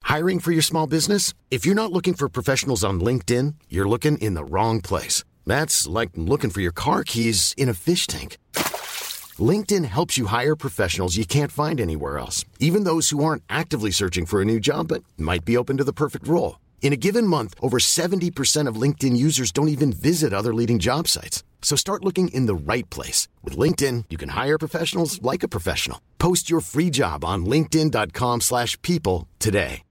Hiring for your small business? If you're not looking for professionals on LinkedIn, you're looking in the wrong place. That's like looking for your car keys in a fish tank. LinkedIn helps you hire professionals you can't find anywhere else, even those who aren't actively searching for a new job but might be open to the perfect role. In a given month, over 70% of LinkedIn users don't even visit other leading job sites. So start looking in the right place. With LinkedIn, you can hire professionals like a professional. Post your free job on linkedin.com/people today.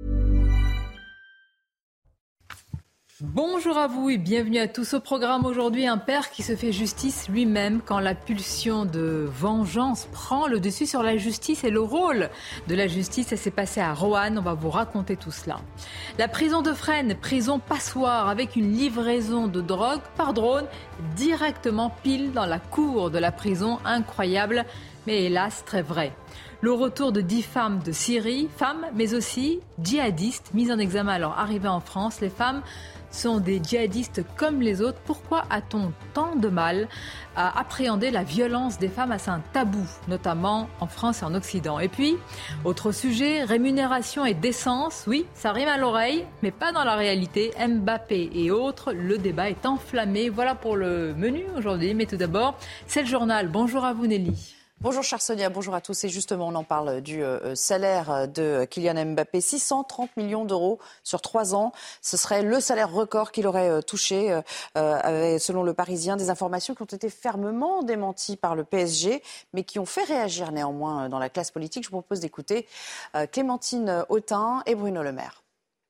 Bonjour à vous et bienvenue à tous au programme aujourd'hui. Un père qui se fait justice lui-même quand la pulsion de vengeance prend le dessus sur la justice et le rôle de la justice. Ça s'est passé à Roanne, on va vous raconter tout cela. La prison de Fresnes, prison passoire avec une livraison de drogue par drone directement pile dans la cour de la prison. Incroyable, mais hélas très vrai. Le retour de 10 femmes de Syrie, femmes mais aussi djihadistes mises en examen à leur arrivée en France. Les femmes sont des djihadistes comme les autres. Pourquoi a-t-on tant de mal à appréhender la violence des femmes? C'est un tabou, notamment en France et en Occident. Et puis, autre sujet, rémunération et décence. Oui, ça rime à l'oreille, mais pas dans la réalité. Mbappé et autres, le débat est enflammé. Voilà pour le menu aujourd'hui. Mais tout d'abord, c'est le journal. Bonjour à vous Nelly. Bonjour chère Sonia, bonjour à tous. Et justement, on en parle du salaire de Kylian Mbappé. 630 millions d'euros sur 3 ans. Ce serait le salaire record qu'il aurait touché, selon le Parisien. Des informations qui ont été fermement démenties par le PSG, mais qui ont fait réagir néanmoins dans la classe politique. Je vous propose d'écouter Clémentine Autain et Bruno Le Maire.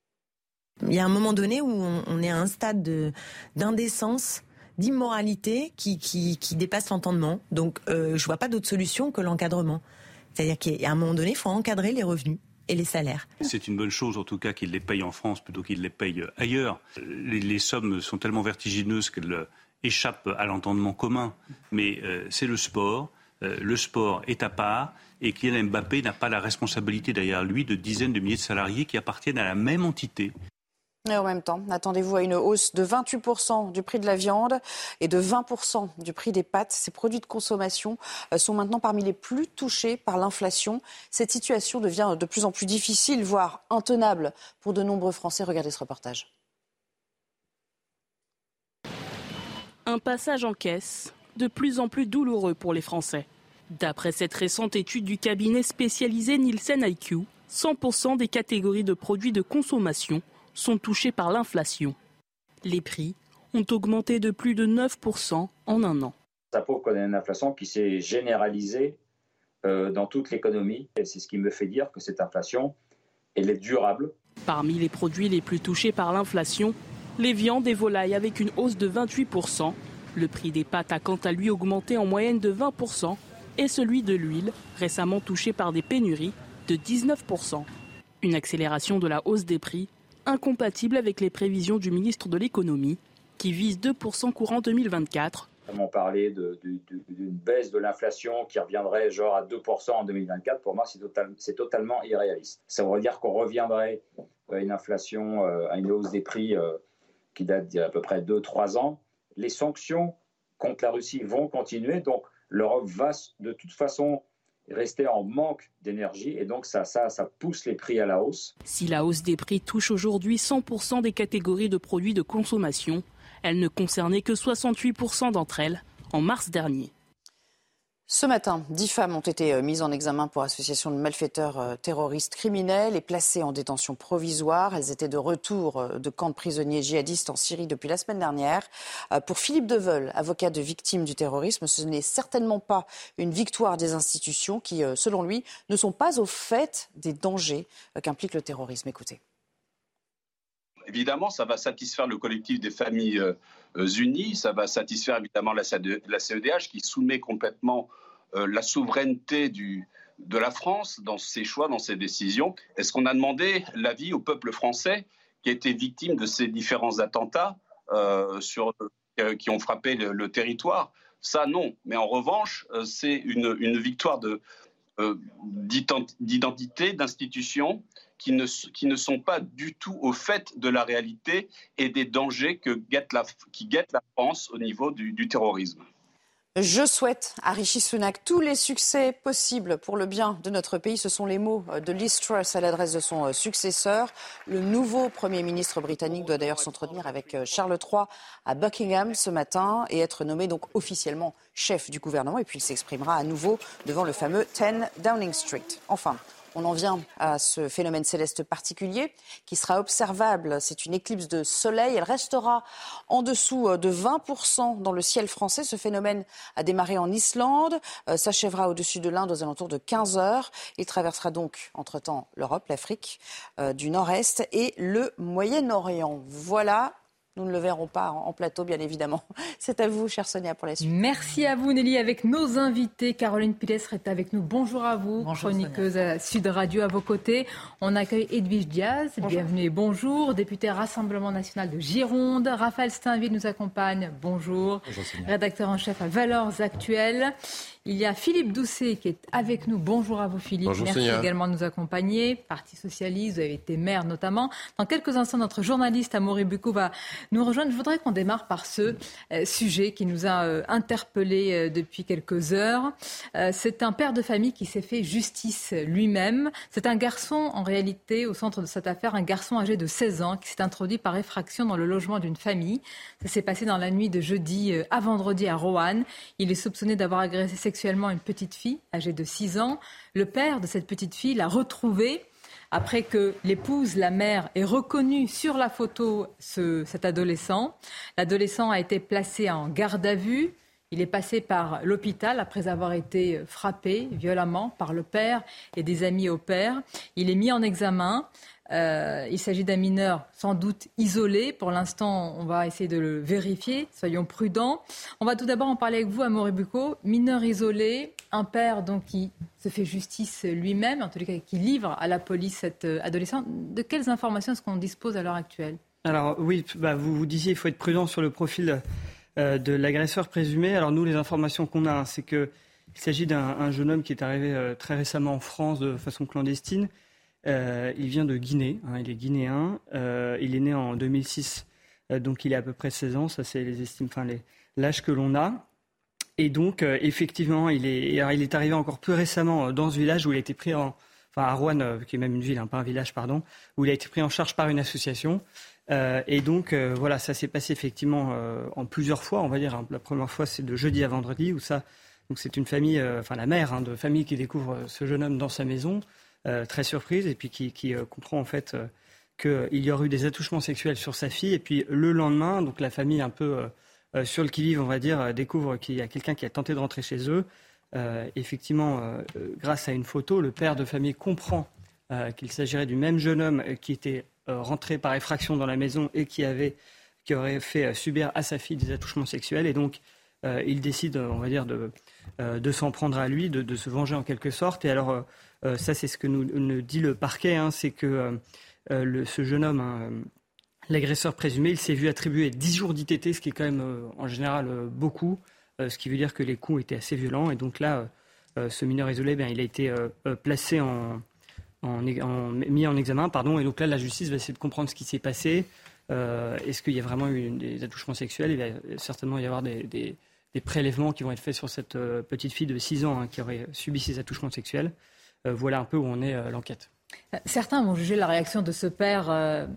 Il y a un moment donné où on est à un stade d'indécence, d'immoralité qui dépasse l'entendement. Donc, je vois pas d'autre solution que l'encadrement. C'est-à-dire qu'à un moment donné, il faut encadrer les revenus et les salaires. C'est une bonne chose, en tout cas, qu'ils les payent en France plutôt qu'ils les payent ailleurs. Les sommes sont tellement vertigineuses qu'elles échappent à l'entendement commun. Mais c'est le sport. Le sport est à part. Et Kylian Mbappé n'a pas la responsabilité derrière lui de dizaines de milliers de salariés qui appartiennent à la même entité. Et en même temps, attendez-vous à une hausse de 28% du prix de la viande et de 20% du prix des pâtes. Ces produits de consommation sont maintenant parmi les plus touchés par l'inflation. Cette situation devient de plus en plus difficile, voire intenable pour de nombreux Français. Regardez ce reportage. Un passage en caisse de plus en plus douloureux pour les Français. D'après cette récente étude du cabinet spécialisé Nielsen IQ, 100% des catégories de produits de consommation sont touchés par l'inflation. Les prix ont augmenté de plus de 9% en un an. Ça prouve qu'on a une inflation qui s'est généralisée dans toute l'économie. Et c'est ce qui me fait dire que cette inflation, elle est durable. Parmi les produits les plus touchés par l'inflation, les viandes et volailles avec une hausse de 28%. Le prix des pâtes a quant à lui augmenté en moyenne de 20% et celui de l'huile, récemment touché par des pénuries, de 19%. Une accélération de la hausse des prix incompatible avec les prévisions du ministre de l'économie qui vise 2% courant 2024. On parlait d'une baisse de l'inflation qui reviendrait genre à 2% en 2024. Pour moi, c'est totalement irréaliste. Ça veut dire qu'on reviendrait à une inflation, à une hausse des prix qui date d'il y a à peu près 2-3 ans. Les sanctions contre la Russie vont continuer, donc l'Europe va de toute façon rester en manque d'énergie et donc ça pousse les prix à la hausse. Si la hausse des prix touche aujourd'hui 100% des catégories de produits de consommation, elle ne concernait que 68% d'entre elles en mars dernier. Ce matin, 10 femmes ont été mises en examen pour association de malfaiteurs terroristes criminels et placées en détention provisoire. Elles étaient de retour de camps de prisonniers djihadistes en Syrie depuis la semaine dernière. Pour Philippe Deveul, avocat de victimes du terrorisme, ce n'est certainement pas une victoire des institutions qui, selon lui, ne sont pas au fait des dangers qu'implique le terrorisme. Écoutez. Évidemment, ça va satisfaire le collectif des familles unies, ça va satisfaire évidemment la CEDH qui soumet complètement la souveraineté de la France dans ses choix, dans ses décisions. Est-ce qu'on a demandé l'avis au peuple français qui a été victime de ces différents attentats qui ont frappé le territoire? Ça, non. Mais en revanche, c'est une victoire d'identité, d'institutions qui ne sont pas du tout au fait de la réalité et des dangers qui guettent la France au niveau du terrorisme. Je souhaite à Rishi Sunak tous les succès possibles pour le bien de notre pays. Ce sont les mots de Liz Truss à l'adresse de son successeur. Le nouveau Premier ministre britannique doit d'ailleurs s'entretenir avec Charles III à Buckingham ce matin et être nommé donc officiellement chef du gouvernement. Et puis il s'exprimera à nouveau devant le fameux 10 Downing Street. Enfin, on en vient à ce phénomène céleste particulier qui sera observable. C'est une éclipse de soleil. Elle restera en dessous de 20% dans le ciel français. Ce phénomène a démarré en Islande, s'achèvera au-dessus de l'Inde aux alentours de 15 heures. Il traversera donc entre-temps l'Europe, l'Afrique du Nord-Est et le Moyen-Orient. Voilà. Nous ne le verrons pas en plateau, bien évidemment. C'est à vous, chère Sonia, pour la suite. Merci à vous, Nelly. Avec nos invités, Caroline Pilastre est avec nous. Bonjour à vous, bonjour, chroniqueuse Sonia. À Sud Radio à vos côtés. On accueille Edwige Diaz. Bonjour. Bienvenue et bonjour. Député Rassemblement National de Gironde. Raphaël Steinville nous accompagne. Bonjour. Bonjour Sonia. Rédacteur en chef à Valeurs Actuelles. Il y a Philippe Doucet qui est avec nous. Bonjour à vous, Philippe. Bonjour, merci Sonia. Également de nous accompagner. Parti socialiste, vous avez été maire notamment. Dans quelques instants, notre journaliste Amaury Bucco va nous rejoindre. Je voudrais qu'on démarre par ce sujet qui nous a interpellés depuis quelques heures. C'est un père de famille qui s'est fait justice lui-même. C'est un garçon, en réalité, au centre de cette affaire, un garçon âgé de 16 ans qui s'est introduit par effraction dans le logement d'une famille. Ça s'est passé dans la nuit de jeudi à vendredi à Roanne. Il est soupçonné d'avoir agressé sexuellement une petite fille âgée de 6 ans. Le père de cette petite fille l'a retrouvée après que l'épouse, la mère, ait reconnu sur la photo cet adolescent. L'adolescent a été placé en garde à vue. Il est passé par l'hôpital après avoir été frappé violemment par le père et des amis au père. Il est mis en examen. Il s'agit d'un mineur sans doute isolé. Pour l'instant, on va essayer de le vérifier. Soyons prudents. On va tout d'abord en parler avec vous, Amaury Bucco. Mineur isolé, un père donc qui se fait justice lui-même, en tous les cas qui livre à la police cet adolescent. De quelles informations est-ce qu'on dispose à l'heure actuelle ? Alors oui, vous disiez qu'il faut être prudent sur le profil de l'agresseur présumé. Alors nous, les informations qu'on a, c'est qu'il s'agit d'un jeune homme qui est arrivé très récemment en France de façon clandestine. Il vient de Guinée, il est guinéen, il est né en 2006, donc il a à peu près 16 ans, ça c'est l'âge que l'on a. Et donc effectivement, il est arrivé encore plus récemment dans ce village où il a été pris à Roanne, qui est même une ville, pas un village, pardon, où il a été pris en charge par une association. Et donc voilà, ça s'est passé effectivement en plusieurs fois, on va dire. La première fois c'est de jeudi à vendredi, où ça, donc c'est une famille, la mère de famille qui découvre ce jeune homme dans sa maison. Très surprise et puis qui comprend en fait qu'il y aurait eu des attouchements sexuels sur sa fille et puis le lendemain, donc la famille un peu sur le qui-vive on va dire, découvre qu'il y a quelqu'un qui a tenté de rentrer chez eux. Effectivement, grâce à une photo, le père de famille comprend qu'il s'agirait du même jeune homme qui était rentré par effraction dans la maison et qui aurait fait subir à sa fille des attouchements sexuels et donc il décide, on va dire, de s'en prendre à lui, de se venger en quelque sorte. Et alors, ça, c'est ce que nous dit le parquet, c'est que ce jeune homme, l'agresseur présumé, il s'est vu attribuer 10 jours d'ITT, ce qui est quand même, en général, beaucoup, ce qui veut dire que les coups étaient assez violents. Et donc là, ce mineur isolé, il a été placé mis en examen, et donc là, la justice va essayer de comprendre ce qui s'est passé. Est-ce qu'il y a vraiment eu des attouchements sexuels ? Il va certainement y avoir des prélèvements qui vont être faits sur cette petite fille de 6 ans qui aurait subi ces attouchements sexuels. Voilà un peu où en est l'enquête. Certains vont juger la réaction de ce père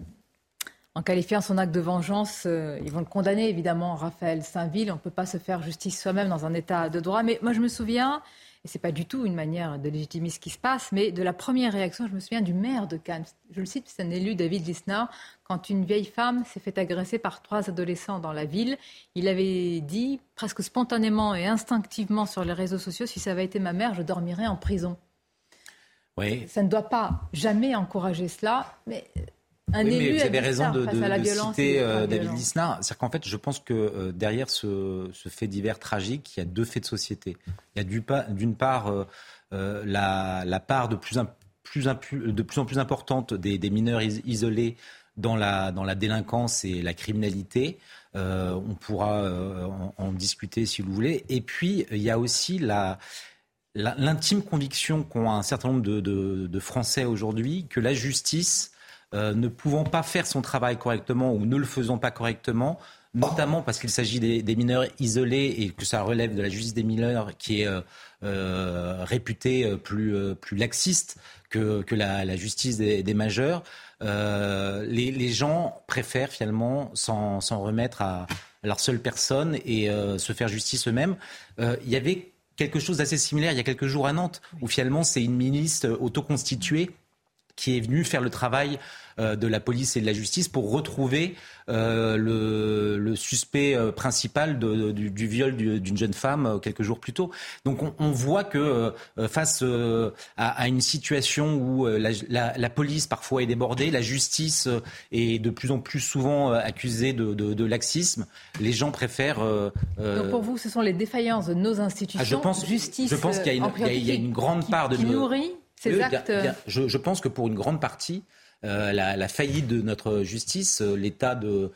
en qualifiant son acte de vengeance. Ils vont le condamner, évidemment, Raphaël Steinville. On ne peut pas se faire justice soi-même dans un état de droit. Mais moi, je me souviens, et ce n'est pas du tout une manière de légitimer ce qui se passe, mais de la première réaction, je me souviens du maire de Cannes. Je le cite, c'est un élu, David Lisnard, quand une vieille femme s'est fait agresser par 3 adolescents dans la ville. Il avait dit, presque spontanément et instinctivement sur les réseaux sociaux, si ça avait été ma mère, je dormirais en prison. Oui. Ça ne doit pas jamais encourager cela, mais un élu mais vous avez raison de citer David Lisnard. C'est-à-dire qu'en fait, je pense que derrière ce fait divers tragique, il y a 2 faits de société. Il y a d'une part la part de plus en plus importante des mineurs isolés dans la délinquance et la criminalité. On pourra en discuter si vous voulez. Et puis, il y a aussi l'intime conviction qu'ont un certain nombre de Français aujourd'hui que la justice, ne pouvant pas faire son travail correctement ou ne le faisant pas correctement, notamment parce qu'il s'agit des mineurs isolés et que ça relève de la justice des mineurs qui est réputée plus laxiste que la justice des majeurs. Les gens préfèrent finalement s'en remettre à leur seule personne et se faire justice eux-mêmes. Il y avait quelque chose d'assez similaire il y a quelques jours à Nantes, où finalement c'est une milice autoconstituée qui est venue faire le travail de la police et de la justice pour retrouver le suspect principal du viol d'une jeune femme quelques jours plus tôt. Donc on voit que face à une situation où la police parfois est débordée, la justice est de plus en plus souvent accusée de laxisme, les gens préfèrent... Donc pour vous, ce sont les défaillances de nos institutions, justice je pense qu'il y a une grande part de... Qui nourrit ces actes. Je pense que pour une grande partie, la faillite de notre justice, l'état de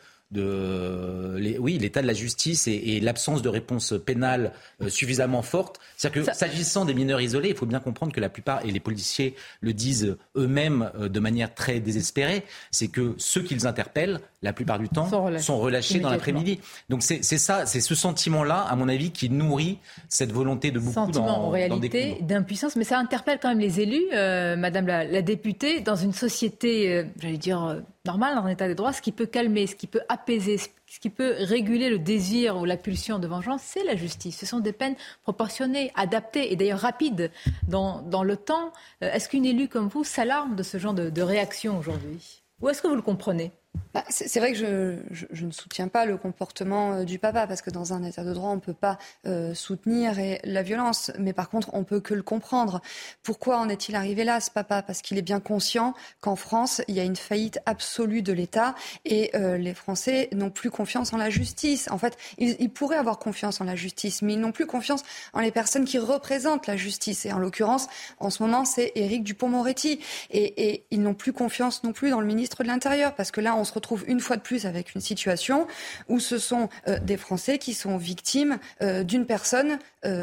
la justice et l'absence de réponse pénale suffisamment forte. C'est-à-dire que s'agissant des mineurs isolés, il faut bien comprendre que la plupart, et les policiers le disent eux-mêmes de manière très désespérée, c'est que ceux qu'ils interpellent, la plupart du temps, sont relâchés dans l'après-midi. Donc c'est ce sentiment-là, à mon avis, qui nourrit cette volonté de beaucoup sentiment en réalité d'impuissance, mais ça interpelle quand même les élus, Madame la députée, dans une société, normale, dans un état de droit, ce qui peut calmer, ce qui peut apaiser, ce qui peut réguler le désir ou la pulsion de vengeance, c'est la justice. Ce sont des peines proportionnées, adaptées et d'ailleurs rapides dans le temps. Est-ce qu'une élue comme vous s'alarme de ce genre de réaction aujourd'hui ? Ou est-ce que vous le comprenez ? C'est vrai que je ne soutiens pas le comportement du papa, parce que dans un état de droit, on ne peut pas soutenir la violence. Mais par contre, on ne peut que le comprendre. Pourquoi en est-il arrivé là, ce papa ? Parce qu'il est bien conscient qu'en France, il y a une faillite absolue de l'État et les Français n'ont plus confiance en la justice. En fait, ils pourraient avoir confiance en la justice, mais ils n'ont plus confiance en les personnes qui représentent la justice. Et en l'occurrence, en ce moment, c'est Éric Dupond-Moretti. Et ils n'ont plus confiance non plus dans le ministre de l'Intérieur, parce que là, on se retrouve une fois de plus avec une situation où ce sont des Français qui sont victimes d'une personne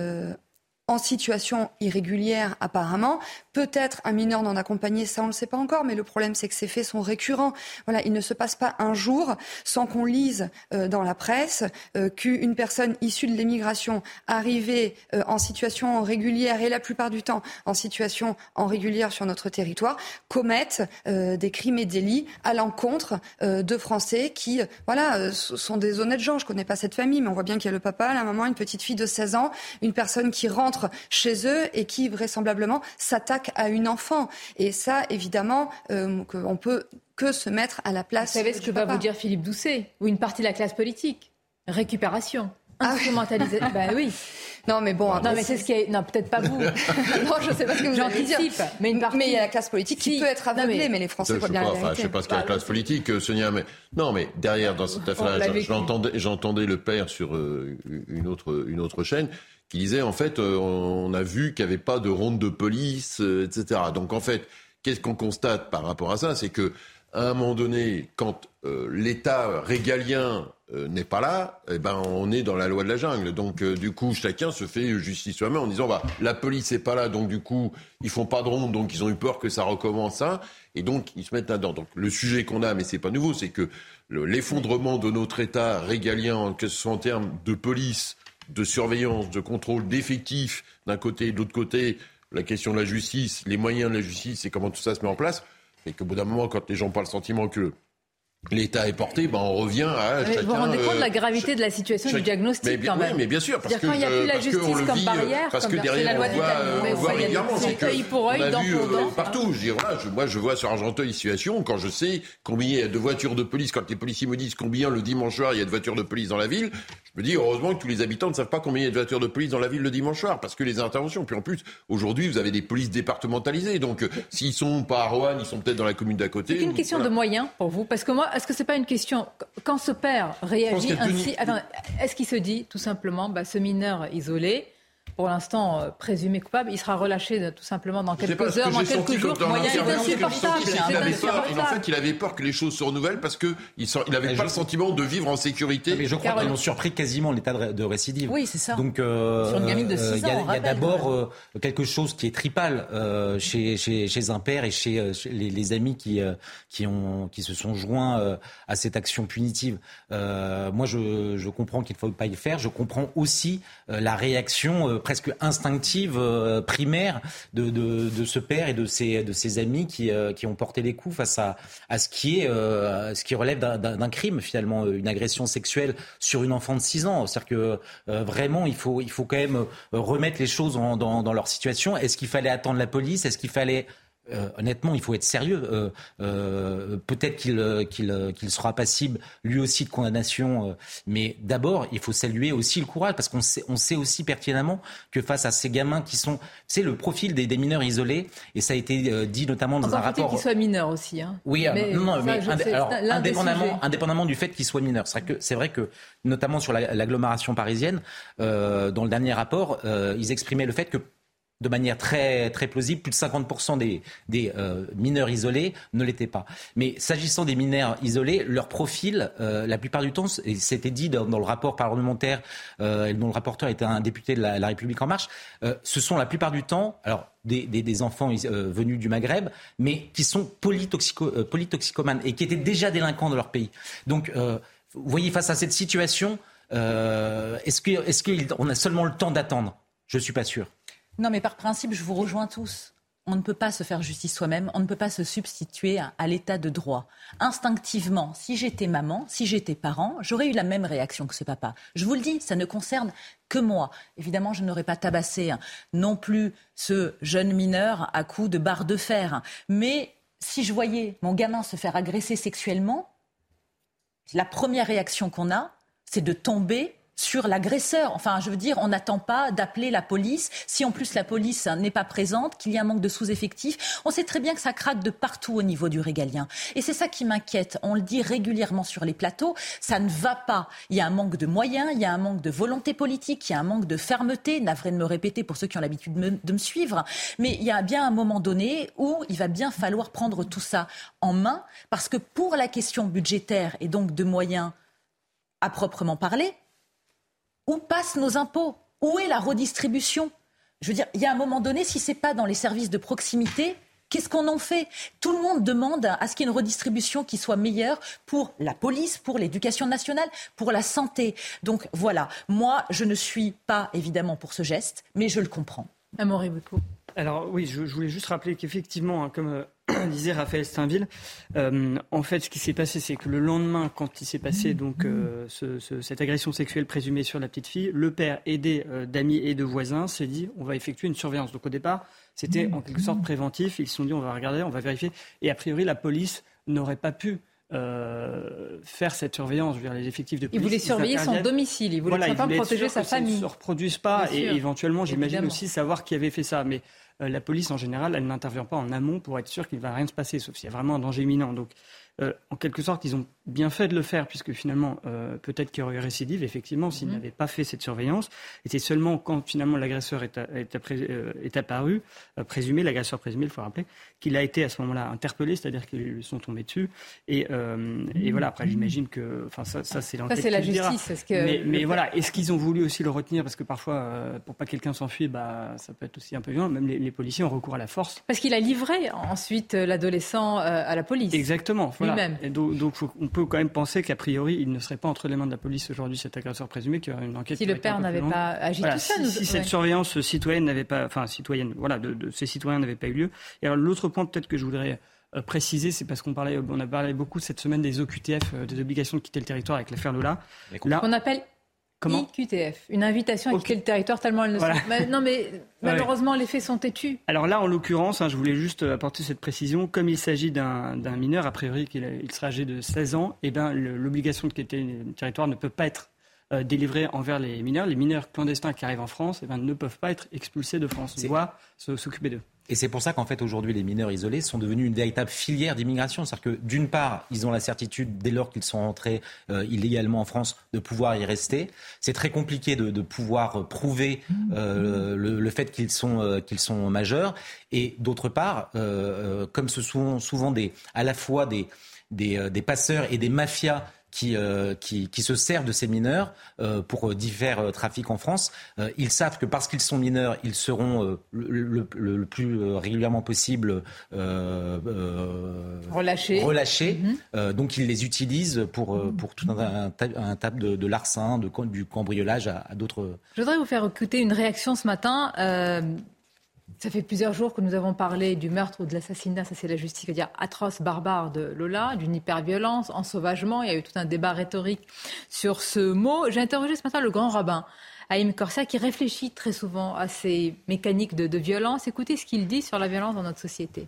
en situation irrégulière apparemment, peut-être un mineur non accompagné, ça on ne le sait pas encore, mais le problème c'est que ces faits sont récurrents. Voilà, il ne se passe pas un jour sans qu'on lise dans la presse qu'une personne issue de l'immigration arrivée en situation régulière et la plupart du temps en situation régulière sur notre territoire commette des crimes et délits à l'encontre de Français qui sont des honnêtes gens. Je ne connais pas cette famille, mais on voit bien qu'il y a le papa, la maman, une petite fille de 16 ans, une personne qui rentre chez eux et qui vraisemblablement s'attaque à une enfant. Et ça, évidemment, on peut que se mettre à la place. Vous savez ce que va vous dire Philippe Doucet ou une partie de la classe politique ? Récupération, instrumentalisation. Oui. Non, mais bon. Non, mais c'est ce qui est. Non, peut-être pas vous. Non, je ne sais pas ce que vous allez dire. Mais une partie. Mais il y a la classe politique qui peut être aveuglée, mais les Français voient bien la vérité. Je ne sais pas ce qu'est la classe politique, Sonia, mais non, mais derrière dans cette affaire-là, j'entendais le père sur une autre chaîne qui disait en fait, on a vu qu'il n'y avait pas de ronde de police, etc. Donc en fait, qu'est-ce qu'on constate par rapport à ça ? C'est que à un moment donné, quand l'État régalien n'est pas là, on est dans la loi de la jungle. Donc du coup, chacun se fait justice soi-même en disant la police n'est pas là, donc du coup, ils font pas de ronde, donc ils ont eu peur que ça recommence ça, et donc ils se mettent là-dedans. Donc le sujet qu'on a, mais c'est pas nouveau, c'est que l'effondrement de notre État régalien, que ce soit en termes de police, de surveillance, de contrôle, d'effectifs d'un côté et de l'autre côté, la question de la justice, les moyens de la justice et comment tout ça se met en place, et qu'au bout d'un moment, quand les gens ont pas le sentiment que l'État est porté, on revient à chacun... Vous vous rendez compte de la gravité de la situation du diagnostic quand même. Oui, mais bien sûr, parce que quand il n'y a plus la justice comme barrière, parce comme que derrière, on voit régulièrement, c'est que œil pour œil, dent pour dent. Partout, moi je vois sur Argenteuil une situation, quand je sais combien il y a de voitures de police, quand les policiers me disent combien le dimanche soir il y a de voitures de police dans la ville, je me dis heureusement que tous les habitants ne savent pas combien il y a de voitures de police dans la ville le dimanche soir, parce que les interventions, puis en plus, aujourd'hui vous avez des polices départementalisées, donc s'ils sont pas à Roanne, ils sont peut-être dans la commune d'à côté. C'est une question de moyens pour vous, parce que moi, est-ce que c'est pas une question quand ce père réagit ainsi, est-ce qu'il se dit tout simplement, ce mineur isolé, pour l'instant présumé coupable. Il sera relâché tout simplement dans quelques heures, dans quelques jours. En fait, il avait peur que les choses se renouvellent parce qu'il n'avait pas le sentiment de vivre en sécurité. Mais je crois qu'ils ont surpris quasiment l'état de récidive. Oui, c'est ça. Donc, sur une gamine de 6 ans, il y a d'abord quelque chose qui est tripal chez un père et chez les amis qui se sont joints à cette action punitive. Moi, je comprends qu'il ne faut pas y faire. Je comprends aussi la réaction presque instinctive, primaire de ce père et de ses amis qui ont porté les coups face à ce qui relève d'un crime, finalement, une agression sexuelle sur une enfant de 6 ans. C'est-à-dire que vraiment, il faut quand même remettre les choses dans leur situation. Est-ce qu'il fallait attendre la police ? Est-ce qu'il fallait... honnêtement, il faut être sérieux. Peut-être qu'il sera passible lui aussi de condamnation, mais d'abord, il faut saluer aussi le courage, parce qu'on sait aussi pertinemment que face à ces gamins qui sont, c'est le profil des mineurs isolés, et ça a été dit notamment dans un rapport. Qu'ils soient mineurs aussi. Hein. Oui, indépendamment du fait qu'ils soient mineurs. C'est vrai que notamment sur l'agglomération parisienne, dans le dernier rapport, ils exprimaient le fait que de manière très, très plausible, plus de 50% des mineurs isolés ne l'étaient pas. Mais s'agissant des mineurs isolés, leur profil, la plupart du temps, et c'était dit dans le rapport parlementaire, dont le rapporteur était un député de la République En Marche, ce sont la plupart du temps, alors des enfants venus du Maghreb, mais qui sont polytoxicomanes et qui étaient déjà délinquants de leur pays. Donc, vous voyez, face à cette situation, est-ce qu'on a seulement le temps d'attendre ? Je ne suis pas sûr. Non, mais par principe, je vous rejoins tous. On ne peut pas se faire justice soi-même, on ne peut pas se substituer à l'état de droit. Instinctivement, si j'étais maman, si j'étais parent, j'aurais eu la même réaction que ce papa. Je vous le dis, ça ne concerne que moi. Évidemment, je n'aurais pas tabassé non plus ce jeune mineur à coups de barre de fer. Mais si je voyais mon gamin se faire agresser sexuellement, la première réaction qu'on a, c'est de tomber sur l'agresseur. Enfin, je veux dire, on n'attend pas d'appeler la police. Si en plus la police n'est pas présente, qu'il y a un manque de sous-effectifs, on sait très bien que ça craque de partout au niveau du régalien. Et c'est ça qui m'inquiète. On le dit régulièrement sur les plateaux, ça ne va pas. Il y a un manque de moyens, il y a un manque de volonté politique, il y a un manque de fermeté. Navré de me répéter pour ceux qui ont l'habitude de me suivre. Mais il y a bien un moment donné où il va bien falloir prendre tout ça en main, parce que pour la question budgétaire et donc de moyens à proprement parler, où passent nos impôts ? Où est la redistribution ? Je veux dire, il y a un moment donné, si ce n'est pas dans les services de proximité, qu'est-ce qu'on en fait ? Tout le monde demande à ce qu'il y ait une redistribution qui soit meilleure pour la police, pour l'éducation nationale, pour la santé. Donc voilà, moi, je ne suis pas évidemment pour ce geste, mais je le comprends. Amaury Bucco. Alors oui, je voulais juste rappeler qu'effectivement, comme disait Raphaël Steinville, en fait, ce qui s'est passé, c'est que le lendemain, quand il s'est passé donc cette agression sexuelle présumée sur la petite fille, le père, aidé d'amis et de voisins, s'est dit on va effectuer une surveillance. Donc au départ, c'était en quelque sorte préventif. Ils se sont dit on va regarder, on va vérifier. Et a priori, la police n'aurait pas pu faire cette surveillance. Je veux dire, les effectifs de police. Il voulait surveiller son domicile. Il voulait protéger sa famille. Ça ne se reproduise pas. Et éventuellement, j'imagine aussi savoir qui avait fait ça. Mais la police, en général, elle n'intervient pas en amont pour être sûre qu'il ne va rien se passer, sauf s'il y a vraiment un danger imminent. Donc, en quelque sorte, ils ont bien fait de le faire, puisque finalement, peut-être qu'il y aurait eu récidive, effectivement, s'ils n'avaient pas fait cette surveillance. Et c'est seulement quand, finalement, l'agresseur est apparu, l'agresseur présumé, il faut rappeler, qu'il a été à ce moment-là interpellé, c'est-à-dire qu'ils lui sont tombés dessus. Et voilà, après, j'imagine que... Enfin, ça c'est l'enquête. Ça, c'est la justice. Mais voilà, est-ce qu'ils ont voulu aussi le retenir ? Parce que parfois, pour pas que quelqu'un s'enfuit, ça peut être aussi un peu violent. Même les policiers ont recours à la force. Parce qu'il a livré ensuite l'adolescent à la police. Exactement. Voilà. Lui-même. Et donc, on peut quand même penser qu'a priori, il ne serait pas entre les mains de la police aujourd'hui, cet agresseur présumé, qu'il y aurait une enquête. Si le père n'avait pas agi tout seul. Si cette surveillance citoyenne n'avait pas, de ces citoyens n'avait pas eu lieu. Et alors, l'autre point peut-être que je voudrais préciser, c'est parce on a parlé beaucoup cette semaine des OQTF, des obligations de quitter le territoire avec l'affaire Lola. On appelle IQTF, une invitation à quitter le territoire tellement elle ne sont... Non mais malheureusement les faits sont têtus. Alors là en l'occurrence, je voulais juste apporter cette précision, comme il s'agit d'un mineur, a priori il sera âgé de 16 ans, et l'obligation de quitter le territoire ne peut pas être délivrée envers les mineurs. Les mineurs clandestins qui arrivent en France ne peuvent pas être expulsés de France. On doit s'occuper d'eux. Et c'est pour ça qu'en fait aujourd'hui les mineurs isolés sont devenus une véritable filière d'immigration. C'est-à-dire que d'une part ils ont la certitude dès lors qu'ils sont rentrés illégalement en France de pouvoir y rester. C'est très compliqué de pouvoir prouver le fait qu'ils sont majeurs. Et d'autre part, comme ce sont souvent à la fois des passeurs et des mafias qui se servent de ces mineurs pour divers trafics en France. Ils savent que parce qu'ils sont mineurs, ils seront le plus régulièrement possible relâchés. Donc ils les utilisent pour tout un tas de larcins, du cambriolage à d'autres... Je voudrais vous faire écouter une réaction ce matin. Ça fait plusieurs jours que nous avons parlé du meurtre ou de l'assassinat, ça c'est la justice, c'est-à-dire atroce, barbare de Lola, d'une hyperviolence, ensauvagement. Il y a eu tout un débat rhétorique sur ce mot. J'ai interrogé ce matin le grand rabbin Haïm Korsia qui réfléchit très souvent à ces mécaniques de violence. Écoutez ce qu'il dit sur la violence dans notre société.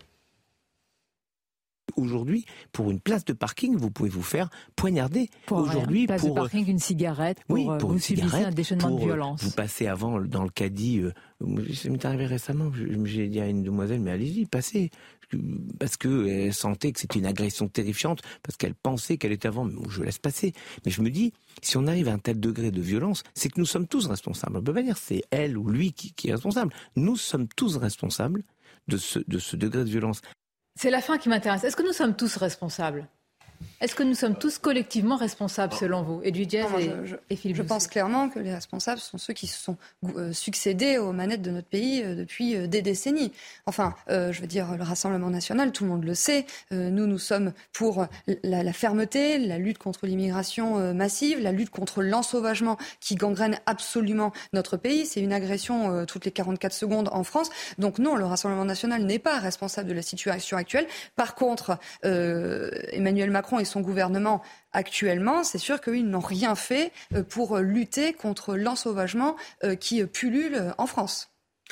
Aujourd'hui, pour une place de parking, vous pouvez vous faire poignarder. Aujourd'hui, une place de parking, une cigarette, pour vous subissez un déchaînement de violence. Vous passez avant dans le caddie. Ça m'est arrivé récemment. J'ai dit à une demoiselle, mais allez-y, passez. Parce qu'elle sentait que c'était une agression terrifiante, parce qu'elle pensait qu'elle était avant. Mais bon, je laisse passer. Mais je me dis, si on arrive à un tel degré de violence, c'est que nous sommes tous responsables. On ne peut pas dire c'est elle ou lui qui est responsable. Nous sommes tous responsables de ce degré de violence. C'est la fin qui m'intéresse. Est-ce que nous sommes tous responsables ? Est-ce que nous sommes tous collectivement responsables, selon vous, Edwige Diaz et Philippe Je pense clairement que les responsables sont ceux qui se sont succédés aux manettes de notre pays depuis des décennies. Enfin, je veux dire, le Rassemblement national, tout le monde le sait. Nous sommes pour la fermeté, la lutte contre l'immigration massive, la lutte contre l'ensauvagement qui gangrène absolument notre pays. C'est une agression toutes les 44 secondes en France. Donc non, le Rassemblement national n'est pas responsable de la situation actuelle. Par contre, Emmanuel Macron et son gouvernement actuellement, c'est sûr qu'ils n'ont rien fait pour lutter contre l'ensauvagement qui pullule en France.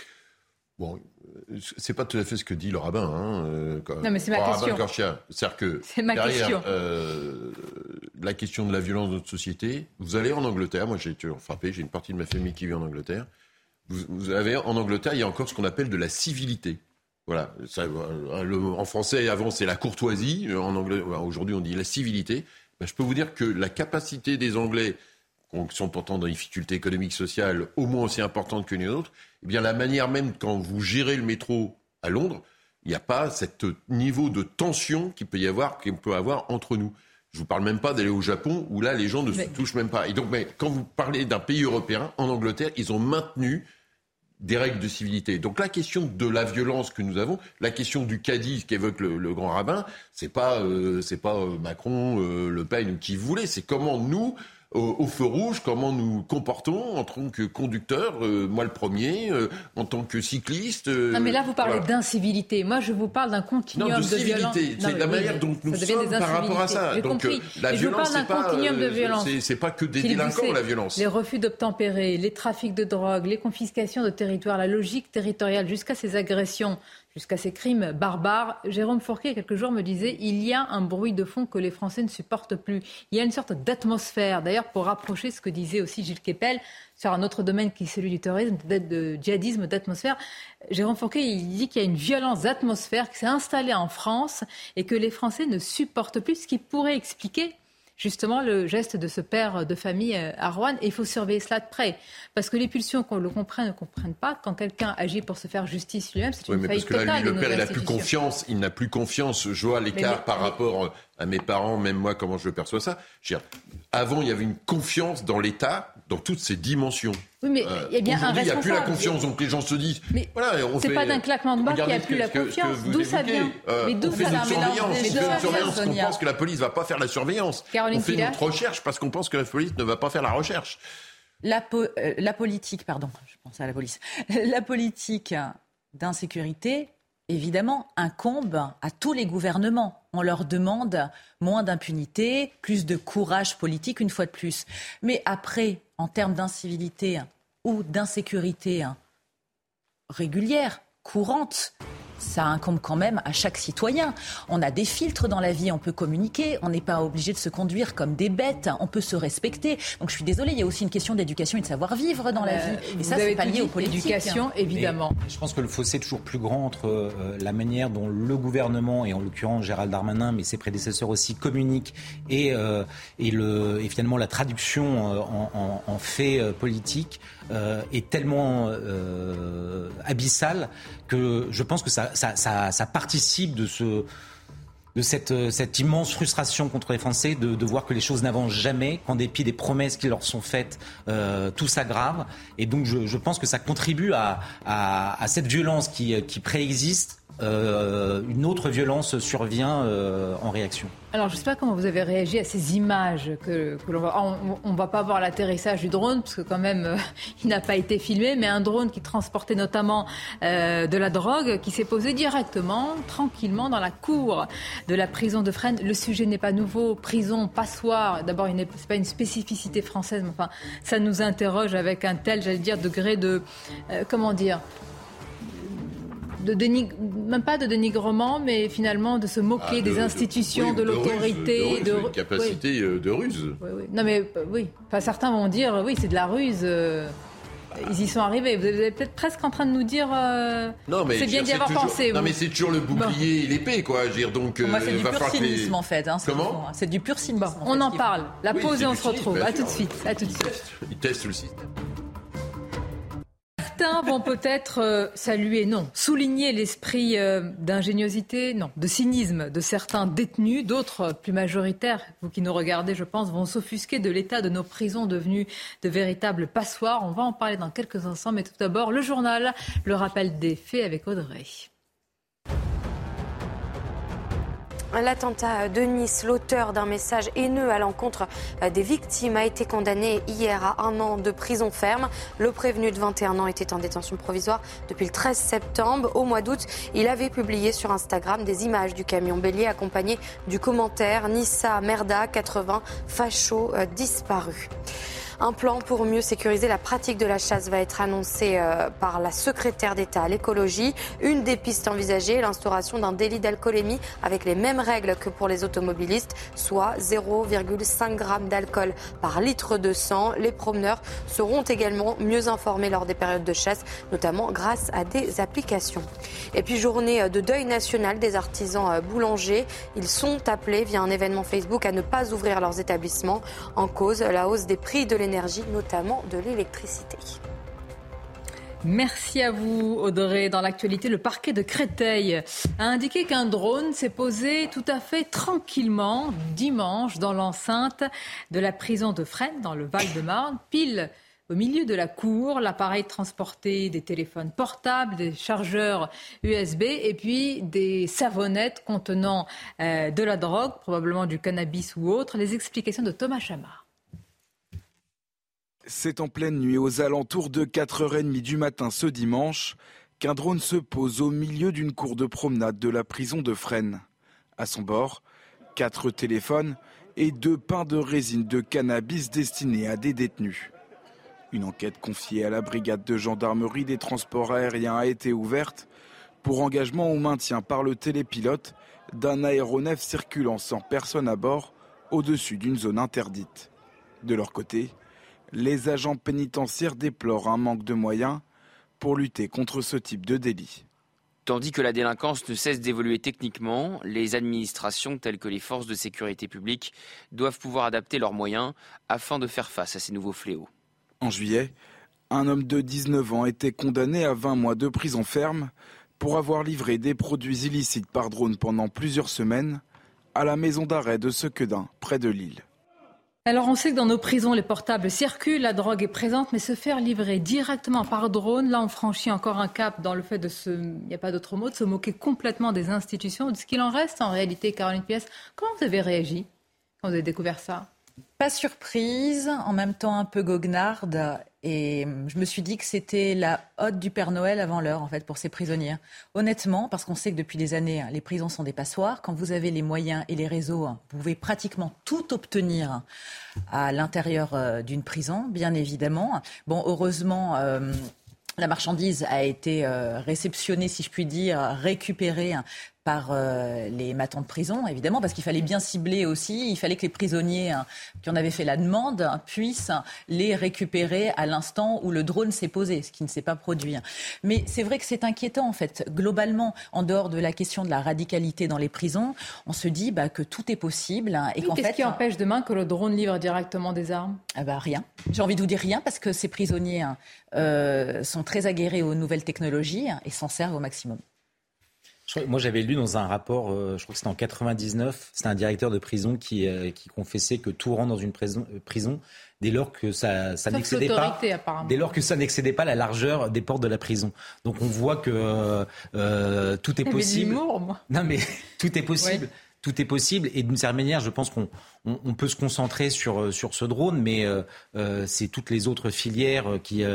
Bon, c'est pas tout à fait ce que dit le rabbin. Non, mais c'est ma question. C'est-à-dire que c'est ma derrière question. La question de la violence de notre société, vous allez en Angleterre, moi j'ai été frappé, j'ai une partie de ma famille qui vit en Angleterre. Vous avez en Angleterre, il y a encore ce qu'on appelle de la civilité. Voilà, en français avant c'est la courtoisie, en anglais aujourd'hui on dit la civilité. Ben, je peux vous dire que la capacité des Anglais, qui sont pourtant dans des difficultés économiques, sociales, au moins aussi importantes que les nôtres, eh bien la manière même quand vous gérez le métro à Londres, il n'y a pas ce niveau de tension qu'on peut avoir entre nous. Je vous parle même pas d'aller au Japon où là les gens ne se touchent même pas. Et donc, quand vous parlez d'un pays européen, en Angleterre, ils ont maintenu des règles de civilité. Donc la question de la violence que nous avons, la question du caddie qu'évoque le grand rabbin, c'est pas Macron, Le Pen ou qui voulait, c'est comment nous, au feu rouge, comment nous comportons en tant que conducteurs, moi le premier, en tant que cycliste. Non mais là vous parlez d'incivilité, moi je vous parle d'un continuum de violence. C'est la manière dont nous sommes par rapport à ça. Donc la violence, c'est pas que des délinquants, la violence. Les refus d'obtempérer, les trafics de drogue, les confiscations de territoire, la logique territoriale jusqu'à ces agressions, jusqu'à ces crimes barbares. Jérôme Fourquet, il y a quelques jours, me disait il y a un bruit de fond que les Français ne supportent plus. Il y a une sorte d'atmosphère. D'ailleurs, pour rapprocher ce que disait aussi Gilles Kepel sur un autre domaine qui est celui du terrorisme, de djihadisme, d'atmosphère, Jérôme Fourquet, il dit qu'il y a une violence d'atmosphère qui s'est installée en France et que les Français ne supportent plus, ce qui pourrait expliquer justement le geste de ce père de famille à Roanne. Et il faut surveiller cela de près. Parce que les pulsions, qu'on le comprenne ou ne comprenne pas, quand quelqu'un agit pour se faire justice lui-même, c'est une faillite totale. Parce que là, lui, le père, il n'a plus confiance. Je vois l'écart par rapport à mes parents, même moi, comment je le perçois ça. Avant, il y avait une confiance dans l'État, dans toutes ses dimensions. Oui, mais il y a bien un responsable. Il n'y a plus la confiance, donc les gens se disent... Mais c'est pas d'un claquement de doigts qu'il n'y a plus la confiance. D'où ça vient Mais d'où ça vient? On fait une surveillance, on pense que la police ne va pas faire la surveillance. On fait notre recherche parce qu'on pense que la police ne va pas faire la recherche. La politique, pardon, je pense à la police. La politique d'insécurité, évidemment, incombe à tous les gouvernements. On leur demande moins d'impunité, plus de courage politique, une fois de plus. Mais après, en termes d'incivilité ou d'insécurité régulière, courante, ça incombe quand même à chaque citoyen. On a des filtres dans la vie, on peut communiquer, on n'est pas obligé de se conduire comme des bêtes, on peut se respecter. Donc je suis désolée, il y a aussi une question d'éducation et de savoir-vivre dans la vie. Et ça, c'est pas lié aux politiques. L'éducation, évidemment. Mais je pense que le fossé est toujours plus grand entre la manière dont le gouvernement, et en l'occurrence Gérald Darmanin, mais ses prédécesseurs aussi, communiquent, et finalement la traduction en faits politiques est tellement abyssale que je pense que ça participe de cette immense frustration contre les Français de voir que les choses n'avancent jamais, qu'en dépit des promesses qui leur sont faites, tout s'aggrave. Et donc je pense que ça contribue à cette violence qui préexiste. Une autre violence survient en réaction. Alors, je ne sais pas comment vous avez réagi à ces images que l'on voit. On ne va pas voir l'atterrissage du drone, parce que quand même, il n'a pas été filmé, mais un drone qui transportait notamment de la drogue, qui s'est posé directement, tranquillement, dans la cour de la prison de Fresnes. Le sujet n'est pas nouveau. Prison, passoire, d'abord, ce n'est pas une spécificité française, mais enfin, ça nous interroge avec un tel, j'allais dire, degré de... comment dire ? Même pas de dénigrement, mais finalement de se moquer des institutions, de l'autorité. De capacité de ruse. Oui. Non mais oui, enfin, certains vont dire, oui, c'est de la ruse. Ils y sont arrivés. Vous êtes peut-être presque en train de nous dire non, mais c'est bien d'y avoir pensé. Non, mais c'est toujours le bouclier et l'épée, quoi. Je veux dire, donc, moi, c'est du pur cynisme, en fait. Comment ? C'est du pur cynisme. On en parle. La pause et on se retrouve. À tout de suite. Ils testent le système. Certains vont peut-être souligner l'esprit d'ingéniosité, de cynisme de certains détenus. D'autres, plus majoritaires, vous qui nous regardez, je pense, vont s'offusquer de l'état de nos prisons devenues de véritables passoires. On va en parler dans quelques instants, mais tout d'abord, le journal, le rappel des faits avec Audrey. L'attentat de Nice, l'auteur d'un message haineux à l'encontre des victimes a été condamné hier à 1 an de prison ferme. Le prévenu de 21 ans était en détention provisoire depuis le 13 septembre. Au mois d'août, il avait publié sur Instagram des images du camion bélier accompagné du commentaire « Nissa Merda 80, facho disparu ». Un plan pour mieux sécuriser la pratique de la chasse va être annoncé par la secrétaire d'État à l'écologie. Une des pistes envisagées est l'instauration d'un délit d'alcoolémie avec les mêmes règles que pour les automobilistes, soit 0,5 g d'alcool par litre de sang. Les promeneurs seront également mieux informés lors des périodes de chasse, notamment grâce à des applications. Et puis journée de deuil national des artisans boulangers. Ils sont appelés via un événement Facebook à ne pas ouvrir leurs établissements. En cause, la hausse des prix de l'énergie, notamment de l'électricité. Merci à vous, Audrey. Dans l'actualité, le parquet de Créteil a indiqué qu'un drone s'est posé tout à fait tranquillement dimanche dans l'enceinte de la prison de Fresnes, dans le Val-de-Marne, pile au milieu de la cour. L'appareil transportait des téléphones portables, des chargeurs USB et puis des savonnettes contenant de la drogue, probablement du cannabis ou autre. Les explications de Thomas Chamard. C'est en pleine nuit, aux alentours de 4h30 du matin ce dimanche, qu'un drone se pose au milieu d'une cour de promenade de la prison de Fresnes. À son bord, 4 téléphones et 2 pains de résine de cannabis destinés à des détenus. Une enquête confiée à la brigade de gendarmerie des transports aériens a été ouverte pour engagement au maintien par le télépilote d'un aéronef circulant sans personne à bord au-dessus d'une zone interdite. De leur côté, les agents pénitentiaires déplorent un manque de moyens pour lutter contre ce type de délit. Tandis que la délinquance ne cesse d'évoluer techniquement, les administrations telles que les forces de sécurité publique doivent pouvoir adapter leurs moyens afin de faire face à ces nouveaux fléaux. En juillet, un homme de 19 ans était condamné à 20 mois de prison ferme pour avoir livré des produits illicites par drone pendant plusieurs semaines à la maison d'arrêt de Sequedin, près de Lille. Alors on sait que dans nos prisons, les portables circulent, la drogue est présente, mais se faire livrer directement par drone, là on franchit encore un cap dans le fait il n'y a pas d'autre mot, de se moquer complètement des institutions, de ce qu'il en reste en réalité. Caroline Pièce, comment vous avez réagi quand vous avez découvert ça ? Pas surprise, en même temps un peu goguenarde. Et je me suis dit que c'était la hotte du Père Noël avant l'heure, en fait, pour ces prisonniers. Honnêtement, parce qu'on sait que depuis des années, les prisons sont des passoires. Quand vous avez les moyens et les réseaux, vous pouvez pratiquement tout obtenir à l'intérieur d'une prison, bien évidemment. Bon, heureusement, la marchandise a été réceptionnée, si je puis dire, récupérée par les matons de prison, évidemment, parce qu'il fallait bien cibler aussi, il fallait que les prisonniers qui en avaient fait la demande puissent les récupérer à l'instant où le drone s'est posé, ce qui ne s'est pas produit. Mais c'est vrai que c'est inquiétant, en fait. Globalement, en dehors de la question de la radicalité dans les prisons, on se dit que tout est possible. Et qu'est-ce qui empêche demain que le drone livre directement des armes ? Rien. J'ai envie de vous dire rien, parce que ces prisonniers sont très aguerris aux nouvelles technologies et s'en servent au maximum. Moi, j'avais lu dans un rapport, je crois que c'était en 99, c'était un directeur de prison qui confessait que tout rentre dans une prison dès lors que ça n'excédait pas, la largeur des portes de la prison. Donc on voit que tout est possible. Mais l'humour, moi. Non, mais tout est possible. Ouais. Tout est possible et d'une certaine manière, je pense qu'on peut se concentrer sur ce drone, mais c'est toutes les autres filières qui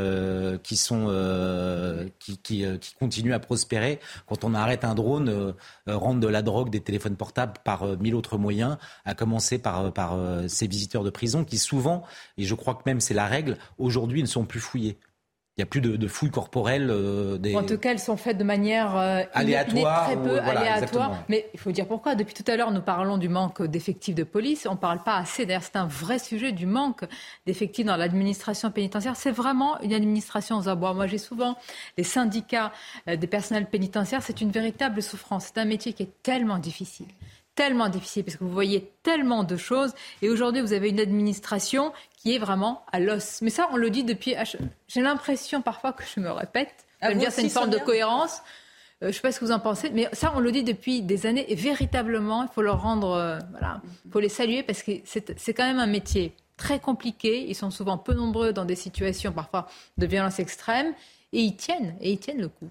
continuent à prospérer. Quand on arrête un drone, rendre de la drogue, des téléphones portables par 1000 autres moyens, à commencer par ces visiteurs de prison qui souvent, et je crois que même c'est la règle, aujourd'hui ne sont plus fouillés. Il n'y a plus de fouilles corporelles. En tout cas, elles sont faites de manière aléatoire. Très peu aléatoire. Exactement. Mais il faut dire pourquoi. Depuis tout à l'heure, nous parlons du manque d'effectifs de police. On ne parle pas assez. D'ailleurs, c'est un vrai sujet du manque d'effectifs dans l'administration pénitentiaire. C'est vraiment une administration aux abois. Moi, j'ai souvent les syndicats des personnels pénitentiaires. C'est une véritable souffrance. C'est un métier qui est tellement difficile parce que vous voyez tellement de choses. Et aujourd'hui, vous avez une administration qui est vraiment à l'os. Mais ça, on le dit depuis... J'ai l'impression parfois que je me répète. Je veux dire, c'est une forme de cohérence. Je ne sais pas ce que vous en pensez, mais ça, on le dit depuis des années. Et véritablement, il faut leur rendre... il faut les saluer parce que c'est quand même un métier très compliqué. Ils sont souvent peu nombreux dans des situations parfois de violence extrême. Et ils tiennent le coup.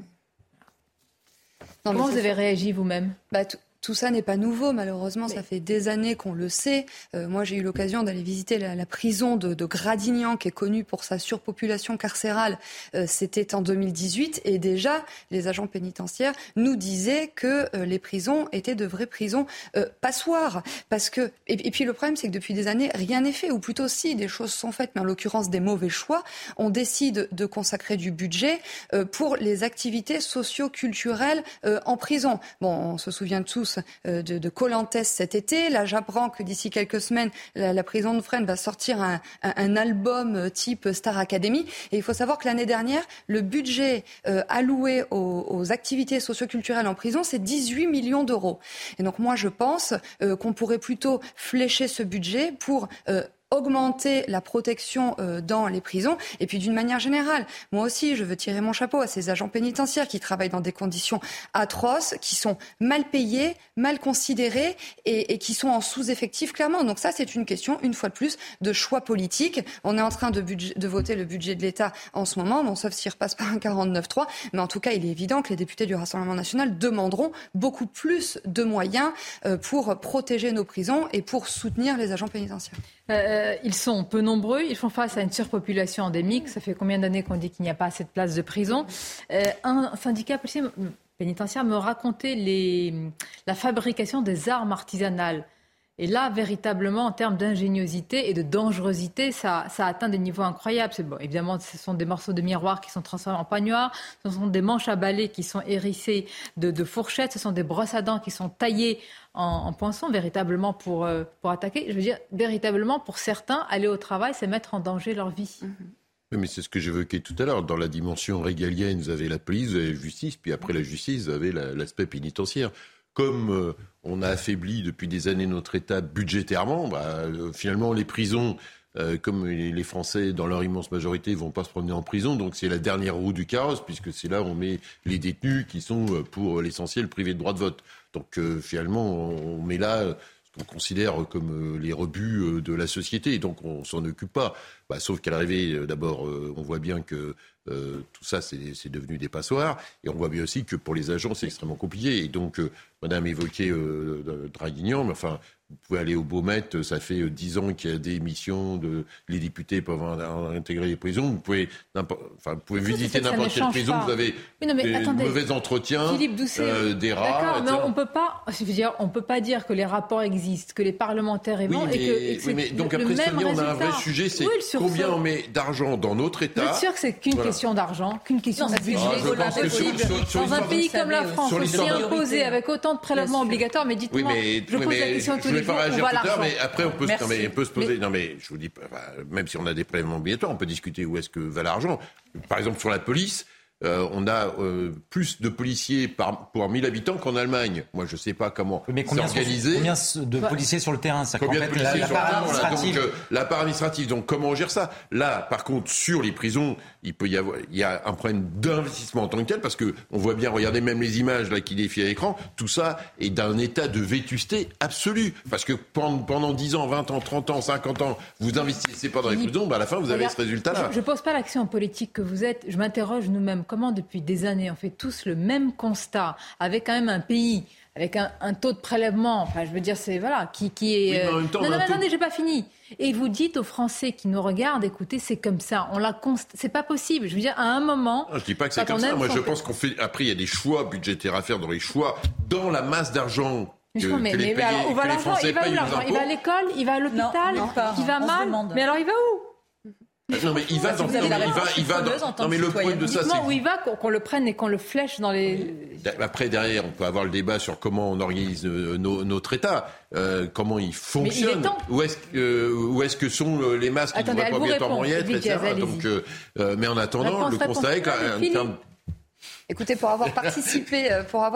Comment vous avez réagi vous-même ? Tout ça n'est pas nouveau, malheureusement, ça fait des années qu'on le sait. Moi, j'ai eu l'occasion d'aller visiter la prison de Gradignan, qui est connue pour sa surpopulation carcérale. C'était en 2018, et déjà, les agents pénitentiaires nous disaient que les prisons étaient de vraies prisons passoires. Et puis le problème, c'est que depuis des années, rien n'est fait, ou plutôt si, des choses sont faites, mais en l'occurrence des mauvais choix. On décide de consacrer du budget pour les activités socio-culturelles en prison. Bon, on se souvient tous de Colantes cet été. Là, j'apprends que d'ici quelques semaines, la prison de Fresnes va sortir un album type Star Academy. Et il faut savoir que l'année dernière, le budget alloué aux activités socioculturelles en prison, c'est 18 millions d'euros. Et donc moi, je pense qu'on pourrait plutôt flécher ce budget pour... augmenter la protection dans les prisons. Et puis d'une manière générale, moi aussi, je veux tirer mon chapeau à ces agents pénitentiaires qui travaillent dans des conditions atroces, qui sont mal payés, mal considérés et qui sont en sous-effectif, clairement. Donc ça, c'est une question, une fois de plus, de choix politique. On est en train de voter le budget de l'État en ce moment, bon, sauf s'il repasse par un 49-3. Mais en tout cas, il est évident que les députés du Rassemblement national demanderont beaucoup plus de moyens pour protéger nos prisons et pour soutenir les agents pénitentiaires. Ils sont peu nombreux, ils font face à une surpopulation endémique. Ça fait combien d'années qu'on dit qu'il n'y a pas assez de places de prison ? Un syndicat pénitentiaire me racontait la fabrication des armes artisanales. Et là, véritablement, en termes d'ingéniosité et de dangerosité, ça atteint des niveaux incroyables. Évidemment, ce sont des morceaux de miroir qui sont transformés en poignards, ce sont des manches à balai qui sont hérissées de fourchettes, ce sont des brosses à dents qui sont taillées en poinçons, véritablement pour attaquer. Je veux dire, véritablement, pour certains, aller au travail, c'est mettre en danger leur vie. Oui, mais c'est ce que j'évoquais tout à l'heure. Dans la dimension régalienne, vous avez la police, vous avez la justice, puis après la justice, vous avez l'aspect pénitentiaire. Comme on a affaibli depuis des années notre État budgétairement, finalement les prisons, comme les Français dans leur immense majorité ne vont pas se promener en prison, donc c'est la dernière roue du carrosse, puisque c'est là où on met les détenus qui sont pour l'essentiel privés de droit de vote. Donc finalement on met là ce qu'on considère comme les rebuts de la société, et donc on s'en occupe pas. Sauf qu'à l'arrivée, d'abord, on voit bien que tout ça, c'est devenu des passoires. Et on voit bien aussi que pour les agents, c'est extrêmement compliqué. Et donc, Madame évoquait Draguignan, mais enfin, Vous pouvez aller au Beaumet, ça fait 10 ans qu'il y a des missions, les députés peuvent intégrer les prisons. Vous pouvez visiter n'importe quelle prison, vous avez des mauvais entretiens, des rats. D'accord, mais on peut pas dire que les rapports existent, que les parlementaires y vont donc après, Sonia, on a un vrai sujet, c'est combien on met d'argent dans notre État. Vous êtes sûr que c'est qu'une question d'argent, qu'une question de budget. Dans un pays comme la France, aussi imposé avec autant de prélèvements obligatoires, mais dites-moi, je pose la question tous les jours, où va l'argent ? Mais après, on peut se poser. Non, mais je vous dis, même si on a des prélèvements obligatoires, on peut discuter où est-ce que va l'argent. Par exemple, sur la police, on a plus de policiers pour 1000 habitants qu'en Allemagne. Moi, je ne sais pas comment c'est organisé. Combien de policiers sur le terrain? Combien de policiers sur le terrain? La part administrative. Donc, comment on gère ça? Là, par contre, sur les prisons, il y a un problème d'investissement en tant que tel, parce que on voit bien, regardez même les images là qui défilent à l'écran, tout ça est d'un état de vétusté absolu. Parce que pendant 10 ans, 20 ans, 30 ans, 50 ans, vous investissez pas dans les prisons, à la fin, vous avez ce résultat-là. Je ne pose pas l'action politique que vous êtes. Je m'interroge nous-mêmes. Comment, depuis des années, on fait tous le même constat, avec quand même un pays, avec un taux de prélèvement, enfin, je veux dire, c'est, voilà, qui est... Oui, mais en même temps, attendez, j'ai pas fini. Et vous dites aux Français qui nous regardent, écoutez, c'est comme ça, c'est pas possible. Je veux dire, à un moment... Non, je dis pas que c'est comme ça. Moi, je pense qu'on fait... Après, il y a des choix budgétaires à faire dans les choix, dans la masse d'argent que les Français payent aux impôts. Il va à l'école, il va à l'hôpital, il va mal, mais alors il va où? Non, mais il va dans. Non, mais le problème de ça, c'est. Où il va, qu'on le prenne et qu'on le flèche dans les. Après, derrière, on peut avoir le débat sur comment on organise notre État, comment il fonctionne, où est-ce que sont les masques qui devraient pas obligatoirement y être, etc. Donc, mais en attendant, le constat est que. Écoutez, pour avoir participé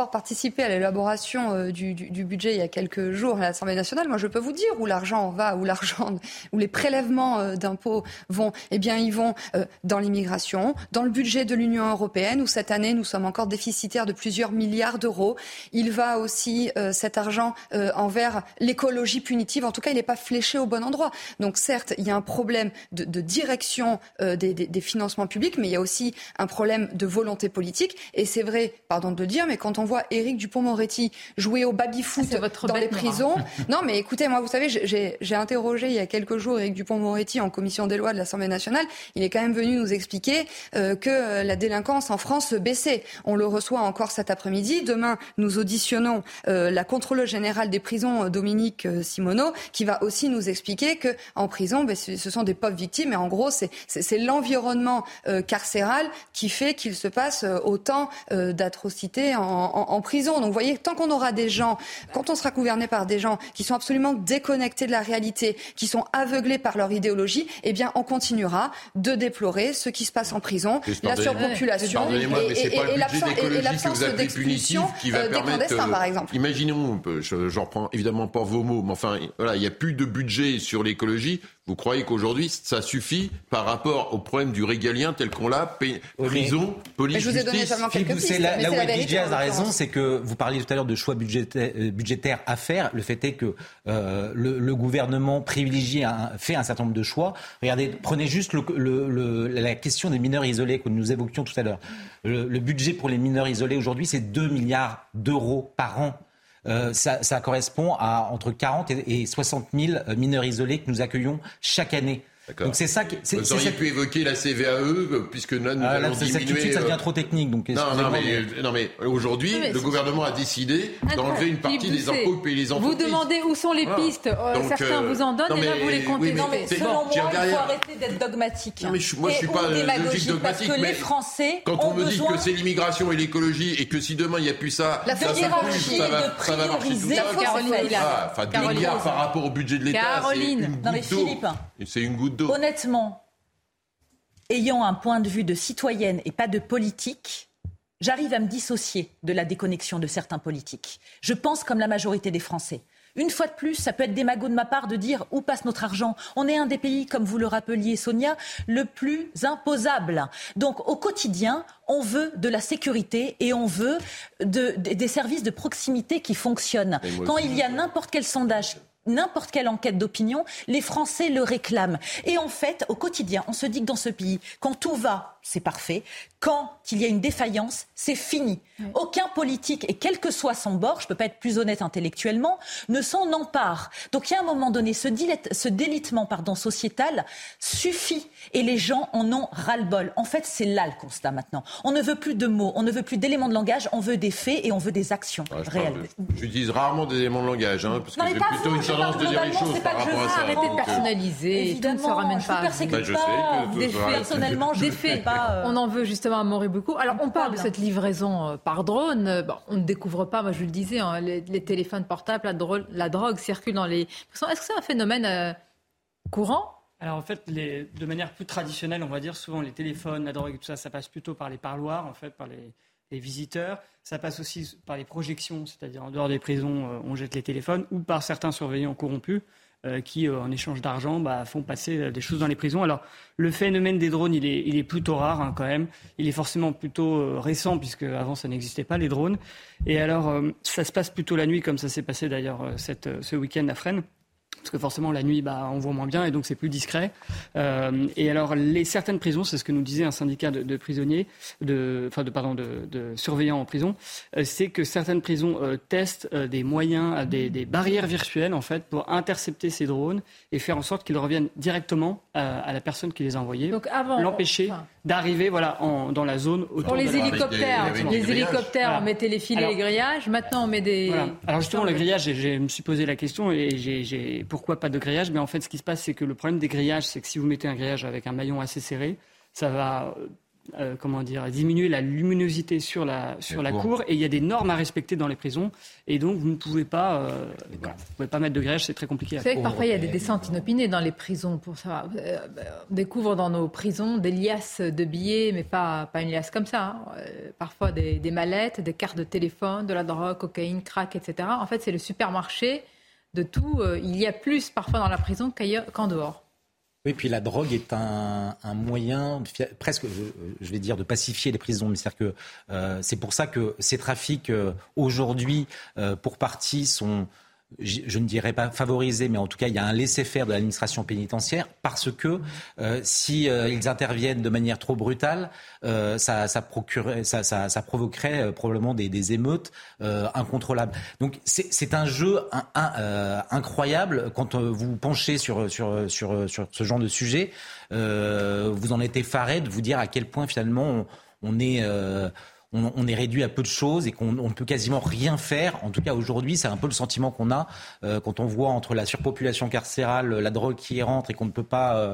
à l'élaboration du budget il y a quelques jours à l'Assemblée nationale, moi je peux vous dire où l'argent va, où les prélèvements d'impôts vont. Eh bien, ils vont dans l'immigration, dans le budget de l'Union européenne, où cette année nous sommes encore déficitaires de plusieurs milliards d'euros. Il va aussi cet argent envers l'écologie punitive. En tout cas, il n'est pas fléché au bon endroit. Donc certes, il y a un problème de direction des financements publics, mais il y a aussi un problème de volonté politique. Et c'est vrai, pardon de le dire, mais quand on voit Éric Dupond-Moretti jouer au baby-foot dans les prisons... Non, mais écoutez, moi, vous savez, j'ai interrogé il y a quelques jours Éric Dupond-Moretti en commission des lois de l'Assemblée nationale. Il est quand même venu nous expliquer que la délinquance en France baissait. On le reçoit encore cet après-midi. Demain, nous auditionnons la contrôleuse générale des prisons, Dominique Simoneau, qui va aussi nous expliquer qu'en prison, ce sont des pauvres victimes. Et en gros, c'est l'environnement carcéral qui fait qu'il se passe autant d'atrocités en prison. Donc vous voyez, tant qu'on aura des gens, quand on sera gouverné par des gens qui sont absolument déconnectés de la réalité, qui sont aveuglés par leur idéologie, eh bien on continuera de déplorer ce qui se passe en prison, la surpopulation et l'absence d'expulsion des clandestins, par exemple. Imaginons, je reprends évidemment pas vos mots, mais enfin, voilà, il n'y a plus de budget sur l'écologie. Vous croyez qu'aujourd'hui, ça suffit par rapport au problème du régalien tel qu'on l'a, prison, police, je vous ai donné seulement quelques pistes. Là où Edwige Diaz a raison, c'est que vous parliez tout à l'heure de choix budgétaires à faire. Le fait est que le gouvernement fait un certain nombre de choix. Regardez, prenez juste la question des mineurs isolés que nous évoquions tout à l'heure. Le budget pour les mineurs isolés aujourd'hui, c'est 2 milliards d'euros par an. Ça correspond à entre 40 et 60 000 mineurs isolés que nous accueillons chaque année. D'accord. Donc c'est ça. Vous auriez pu évoquer la CVAE, puisque là, nous allons diminuer... Tout de suite, ça devient trop technique. Donc, non, mais aujourd'hui, le gouvernement a décidé d'enlever une partie des impôts que payent les entreprises. Vous demandez où sont les pistes. Certains vous en donnent et là, vous les comptez. Non, mais selon moi, il faut arrêter d'être dogmatique. Non, mais moi, je ne suis pas logique dogmatique. Parce que les Français quand on me dit que c'est l'immigration et l'écologie et que si demain, il n'y a plus ça, ça va marcher tout ça. 2 milliards par rapport au budget de l'État, c'est une goutte d'eau. Honnêtement, ayant un point de vue de citoyenne et pas de politique, j'arrive à me dissocier de la déconnexion de certains politiques. Je pense comme la majorité des Français. Une fois de plus, ça peut être démago de ma part de dire où passe notre argent. On est un des pays, comme vous le rappeliez, Sonia, le plus imposable. Donc, au quotidien, on veut de la sécurité et on veut des services de proximité qui fonctionnent. Quand il y a n'importe quel sondage, n'importe quelle enquête d'opinion, les Français le réclament. Et en fait, au quotidien, on se dit que dans ce pays, quand tout va, c'est parfait. Quand il y a une défaillance, c'est fini. Aucun politique, et quel que soit son bord, je ne peux pas être plus honnête intellectuellement, ne s'en empare. Donc il y a un moment donné, ce délitement sociétal suffit et les gens en ont ras-le-bol. En fait, c'est là le constat maintenant. On ne veut plus de mots, on ne veut plus d'éléments de langage, on veut des faits et on veut des actions réelles. J'utilise rarement des éléments de langage, parce que j'ai plutôt une tendance de dire les choses par rapport à ça. Arrêtez de personnaliser, évidemment, tout ne se ramène je pas. ne persécute pas. Personnellement, je ne fais pas. On en veut justement à mort et beaucoup. Alors, on parle de cette livraison par drone. On ne découvre pas, moi je le disais, les téléphones portables, la drogue circule dans les... Est-ce que c'est un phénomène courant ? Alors en fait, de manière plus traditionnelle, on va dire, souvent les téléphones, la drogue et tout ça, ça passe plutôt par les parloirs, en fait, par les visiteurs. Ça passe aussi par les projections, c'est-à-dire en dehors des prisons, on jette les téléphones, ou par certains surveillants corrompus qui, en échange d'argent, font passer des choses dans les prisons. Alors, le phénomène des drones, il est plutôt rare quand même. Il est forcément plutôt récent, puisque avant ça n'existait pas, les drones. Et alors, ça se passe plutôt la nuit, comme ça s'est passé d'ailleurs ce week-end à Fresnes. Parce que forcément, la nuit, on voit moins bien et donc c'est plus discret. Et alors, certaines prisons, c'est ce que nous disait un syndicat de prisonniers, de surveillants en prison, c'est que certaines prisons testent des moyens, des barrières virtuelles, en fait, pour intercepter ces drones et faire en sorte qu'ils reviennent directement à la personne qui les a envoyés. Donc avant, l'empêcher d'arriver dans la zone autour pour les de hélicoptères. Les hélicoptères, on mettait les filets, les grillages. Maintenant, on met des... Voilà. Alors justement, le grillage, je me suis posé la question et pourquoi pas de grillage ? Mais en fait, ce qui se passe, c'est que le problème des grillages, c'est que si vous mettez un grillage avec un maillon assez serré, ça va diminuer la luminosité sur la cour. Et il y a des normes à respecter dans les prisons. Et donc, vous ne pouvez pas, mettre de grillage, c'est très compliqué. Vous savez que parfois, il y a des descentes inopinées dans les prisons. Pour ça. On découvre dans nos prisons des liasses de billets, mais pas une liasse comme ça. Parfois, des mallettes, des cartes de téléphone, de la drogue, cocaïne, crack, etc. En fait, c'est le supermarché de tout. Il y a plus parfois dans la prison qu'en dehors. Oui, puis la drogue est un moyen presque, je vais dire, de pacifier les prisons. C'est-à-dire que c'est pour ça que ces trafics aujourd'hui, pour partie, sont, je ne dirais pas favorisés, mais en tout cas, il y a un laisser-faire de l'administration pénitentiaire parce que si ils interviennent de manière trop brutale, ça provoquerait probablement des émeutes incontrôlables. Donc c'est un jeu incroyable quand vous penchez sur ce genre de sujet. Vous en êtes effaré de vous dire à quel point finalement on est réduit à peu de choses et qu'on ne peut quasiment rien faire. En tout cas, aujourd'hui, c'est un peu le sentiment qu'on a quand on voit entre la surpopulation carcérale, la drogue qui rentre et qu'on ne peut pas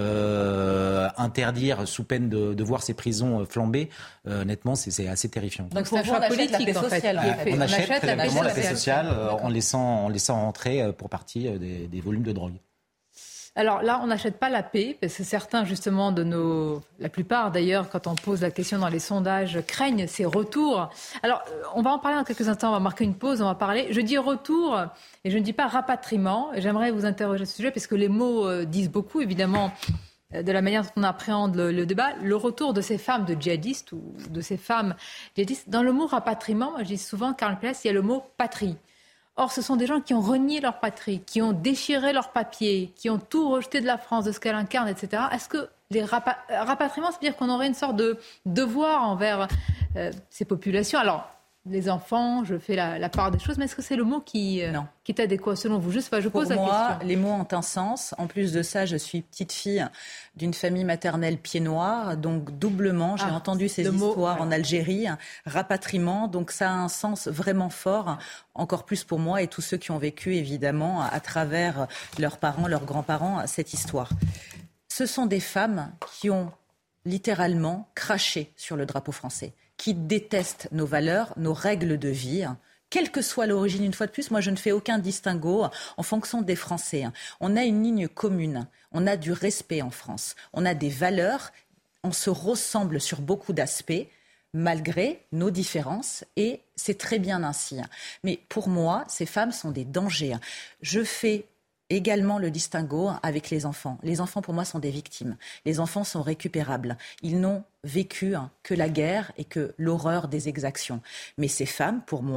interdire sous peine de voir ces prisons flamber. Honnêtement, c'est assez terrifiant. Donc c'est un choix politique, en fait. On achète très largement la paix sociale en laissant entrer pour partie des volumes de drogue. Alors là, on n'achète pas la paix, parce que certains, justement, la plupart d'ailleurs, quand on pose la question dans les sondages, craignent ces retours. Alors, on va en parler dans quelques instants, on va marquer une pause, on va parler. Je dis retour, et je ne dis pas rapatriement. J'aimerais vous interroger à ce sujet, parce que les mots disent beaucoup, évidemment, de la manière dont on appréhende le débat. Le retour de ces femmes de djihadistes, ou de ces femmes djihadistes. Dans le mot rapatriement, moi je dis souvent, Karl Place, il y a le mot patrie. Or, ce sont des gens qui ont renié leur patrie, qui ont déchiré leurs papiers, qui ont tout rejeté de la France, de ce qu'elle incarne, etc. Est-ce que les rapatriements, c'est-à-dire qu'on aurait une sorte de devoir envers ces populations ? Alors, les enfants, je fais la part des choses, mais est-ce que c'est le mot qui est adéquat selon vous ? Je pose la question. Pour moi, les mots ont un sens. En plus de ça, je suis petite fille d'une famille maternelle pied noir, donc doublement, j'ai entendu ces histoires en Algérie, rapatriement, donc ça a un sens vraiment fort, encore plus pour moi et tous ceux qui ont vécu évidemment à travers leurs parents, leurs grands-parents, cette histoire. Ce sont des femmes qui ont littéralement craché sur le drapeau français, qui détestent nos valeurs, nos règles de vie, quelle que soit l'origine. Une fois de plus, moi je ne fais aucun distinguo en fonction des Français. On a une ligne commune, on a du respect en France, on a des valeurs, on se ressemble sur beaucoup d'aspects, malgré nos différences, et c'est très bien ainsi. Mais pour moi, ces femmes sont des dangers. Je fais également le distinguo avec les enfants. Les enfants, pour moi, sont des victimes. Les enfants sont récupérables. Ils n'ont vécu que la guerre et que l'horreur des exactions. Mais ces femmes, pour moi,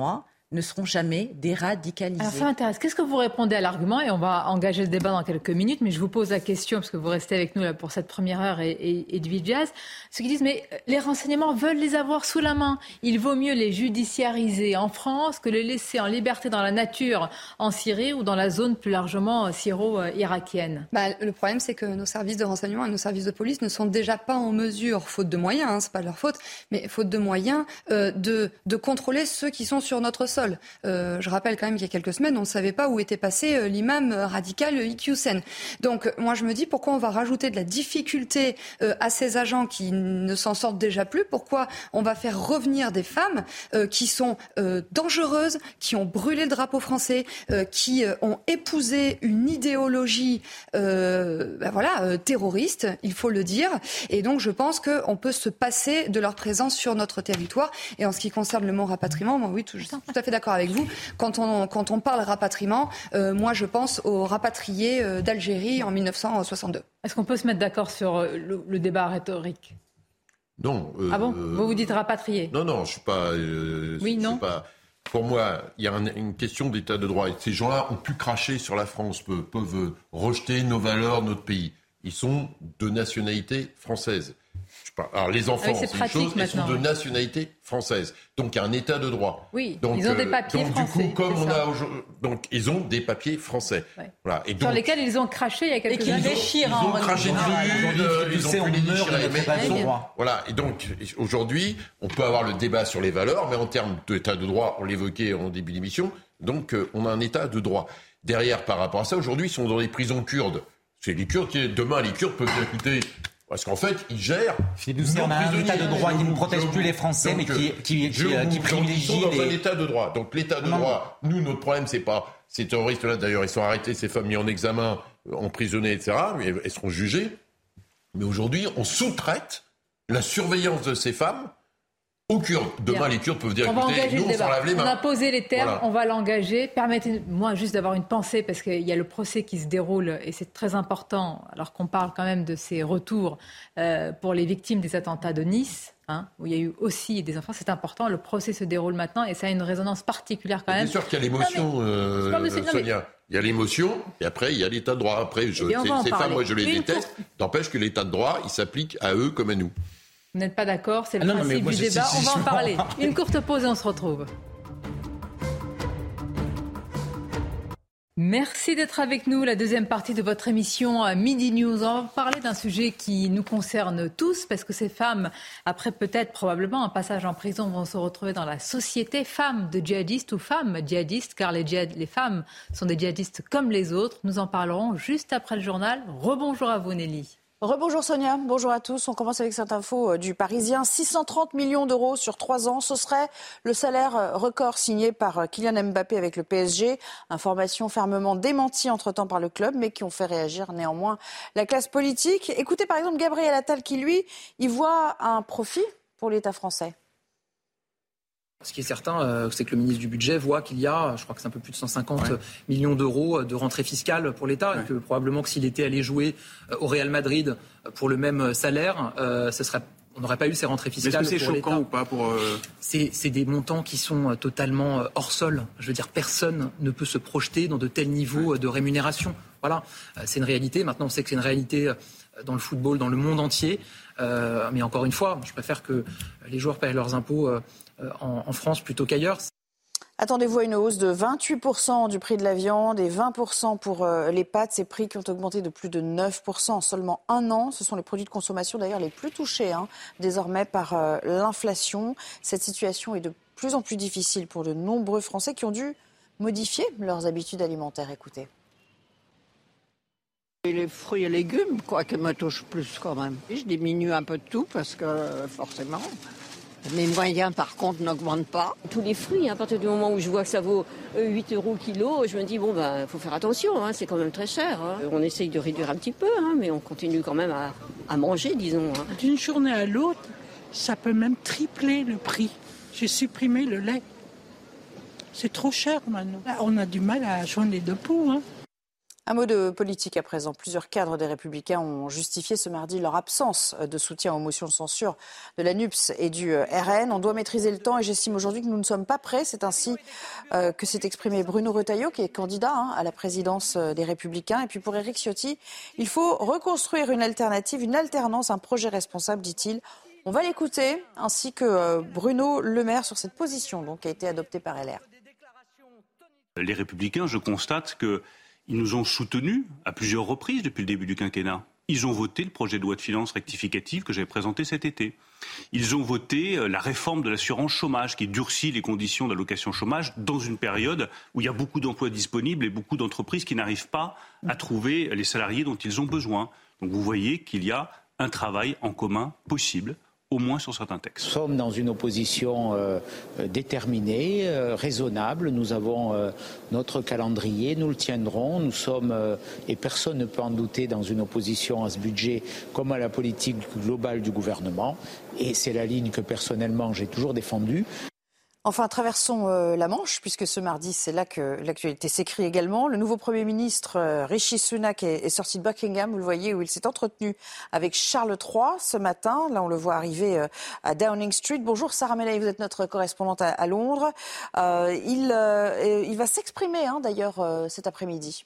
ne seront jamais déradicalisés. Alors ça m'intéresse. Qu'est-ce que vous répondez à l'argument? Et on va engager le débat dans quelques minutes, mais je vous pose la question, parce que vous restez avec nous là pour cette première heure et du jazz. Ceux qui disent, mais les renseignements veulent les avoir sous la main. Il vaut mieux les judiciariser en France que les laisser en liberté dans la nature en Syrie ou dans la zone plus largement syro-irakienne. Le problème, c'est que nos services de renseignement et nos services de police ne sont déjà pas en mesure, faute de moyens, c'est pas de leur faute, mais faute de moyens, de contrôler ceux qui sont sur notre sol. Je rappelle quand même qu'il y a quelques semaines, on ne savait pas où était passé l'imam radical Iqiyoussen. Donc moi je me dis, pourquoi on va rajouter de la difficulté à ces agents qui ne s'en sortent déjà plus? Pourquoi on va faire revenir des femmes qui sont dangereuses, qui ont brûlé le drapeau français, qui ont épousé une idéologie terroriste, il faut le dire. Et donc je pense qu'on peut se passer de leur présence sur notre territoire. Et en ce qui concerne le mot rapatriement, moi oui, tout à fait d'accord avec vous. Quand on parle rapatriement, moi je pense aux rapatriés d'Algérie en 1962. Est-ce qu'on peut se mettre d'accord sur le débat rhétorique? Non. Ah bon? Vous dites rapatrier? Non, je ne suis pas... oui, non. Pour moi, il y a une question d'état de droit. Et ces gens-là ont pu cracher sur la France, peuvent rejeter nos valeurs, notre pays. Ils sont de nationalité française. Alors les enfants, c'est une chose, ils sont de nationalité française. Donc il y a un état de droit. Oui, donc, ils ont des papiers français. Du coup, comme on a donc ils ont des papiers français. Ouais. Voilà. Et donc, sur lesquels ils ont craché il y a quelques années. Ils ont craché dessus, ils ont pu les déchirer. Voilà. Et donc aujourd'hui, on peut avoir le débat sur les valeurs, mais en termes d'état de droit, on l'évoquait en début d'émission, donc on a un état de droit. Derrière, par rapport à ça, aujourd'hui, ils sont dans les prisons kurdes. C'est les Kurdes qui, demain, les Kurdes peuvent écouter. Parce qu'en fait, ils gèrent. On a un état de droit qui ne protège plus les Français, mais qui privilégie dans un état de droit. Donc l'état de droit, nous, notre problème, c'est pas ces terroristes-là. D'ailleurs, ils sont arrêtés, ces femmes mis en examen, emprisonnés, etc. Mais elles seront jugées. Mais aujourd'hui, on sous-traite la surveillance de ces femmes aux Kurdes. Demain, les Kurdes peuvent dire, écoutez, nous, on s'en lave les mains. On a posé les termes, voilà. On va l'engager. Permettez-moi juste d'avoir une pensée, parce qu'il y a le procès qui se déroule, et c'est très important, alors qu'on parle quand même de ces retours pour les victimes des attentats de Nice, où il y a eu aussi des enfants. C'est important, le procès se déroule maintenant, et ça a une résonance particulière quand même. Bien sûr qu'il y a l'émotion, Sonia. Il y a l'émotion, et après, il y a l'état de droit. Après, ces femmes, moi, je les déteste. N'empêche que l'état de droit, il s'applique à eux comme à nous. Vous n'êtes pas d'accord, c'est le principe du débat. On va en parler. Une courte pause et on se retrouve. Merci d'être avec nous. La deuxième partie de votre émission Midi News. On va parler d'un sujet qui nous concerne tous, parce que ces femmes, après probablement un passage en prison, vont se retrouver dans la société. Femmes de djihadistes ou femmes djihadistes, car les femmes sont des djihadistes comme les autres. Nous en parlerons juste après le journal. Rebonjour à vous, Nelly. Rebonjour Sonia, bonjour à tous. On commence avec cette info du Parisien. 630 millions d'euros sur 3 ans, ce serait le salaire record signé par Kylian Mbappé avec le PSG. Information fermement démentie entre-temps par le club, mais qui ont fait réagir néanmoins la classe politique. Écoutez par exemple Gabriel Attal qui, lui, y voit un profit pour l'État français. Ce qui est certain, c'est que le ministre du Budget voit qu'il y a, je crois que c'est un peu plus de 150 millions d'euros de rentrée fiscale pour l'État, et que probablement que s'il était allé jouer au Real Madrid pour le même salaire, on n'aurait pas eu ces rentrées fiscales. Mais est-ce que c'est choquant ou pas pour C'est des montants qui sont totalement hors sol. Je veux dire, personne ne peut se projeter dans de tels niveaux de rémunération. Voilà, c'est une réalité. Maintenant, on sait que c'est une réalité dans le football, dans le monde entier. Mais encore une fois, je préfère que les joueurs payent leurs impôts en France plutôt qu'ailleurs. Attendez-vous à une hausse de 28% du prix de la viande et 20% pour les pâtes. Ces prix qui ont augmenté de plus de 9% en seulement un an. Ce sont les produits de consommation d'ailleurs les plus touchés désormais par l'inflation. Cette situation est de plus en plus difficile pour de nombreux Français qui ont dû modifier leurs habitudes alimentaires. Écoutez. Et les fruits et légumes, qui me touchent plus quand même. Je diminue un peu de tout parce que forcément... Mes moyens, par contre, n'augmentent pas. Tous les fruits, à partir du moment où je vois que ça vaut 8 € le kilo, je me dis, faut faire attention, c'est quand même très cher. On essaye de réduire un petit peu, mais on continue quand même à manger, disons. D'une journée à l'autre, ça peut même tripler le prix. J'ai supprimé le lait. C'est trop cher maintenant. Là, on a du mal à joindre les deux bouts. Un mot de politique à présent. Plusieurs cadres des Républicains ont justifié ce mardi leur absence de soutien aux motions de censure de la NUPES et du RN. On doit maîtriser le temps et j'estime aujourd'hui que nous ne sommes pas prêts. C'est ainsi que s'est exprimé Bruno Retailleau, qui est candidat à la présidence des Républicains. Et puis pour Éric Ciotti, il faut reconstruire une alternative, une alternance, un projet responsable, dit-il. On va l'écouter, ainsi que Bruno Le Maire sur cette position donc, qui a été adoptée par LR. Les Républicains, je constate qu'ils nous ont soutenus à plusieurs reprises depuis le début du quinquennat. Ils ont voté le projet de loi de finances rectificative que j'avais présenté cet été. Ils ont voté la réforme de l'assurance chômage qui durcit les conditions d'allocation chômage dans une période où il y a beaucoup d'emplois disponibles et beaucoup d'entreprises qui n'arrivent pas à trouver les salariés dont ils ont besoin. Donc vous voyez qu'il y a un travail en commun possible, au moins sur certains textes. Nous sommes dans une opposition déterminée, raisonnable. Nous avons notre calendrier, nous le tiendrons. Nous sommes, et personne ne peut en douter, dans une opposition à ce budget comme à la politique globale du gouvernement. Et c'est la ligne que personnellement j'ai toujours défendue. Enfin, traversons la Manche, puisque ce mardi, c'est là que l'actualité s'écrit également. Le nouveau Premier ministre, Rishi Sunak, est sorti de Buckingham, vous le voyez, où il s'est entretenu avec Charles III ce matin. Là, on le voit arriver à Downing Street. Bonjour Sarah Menaille, vous êtes notre correspondante à Londres. Il va s'exprimer, d'ailleurs, cet après-midi.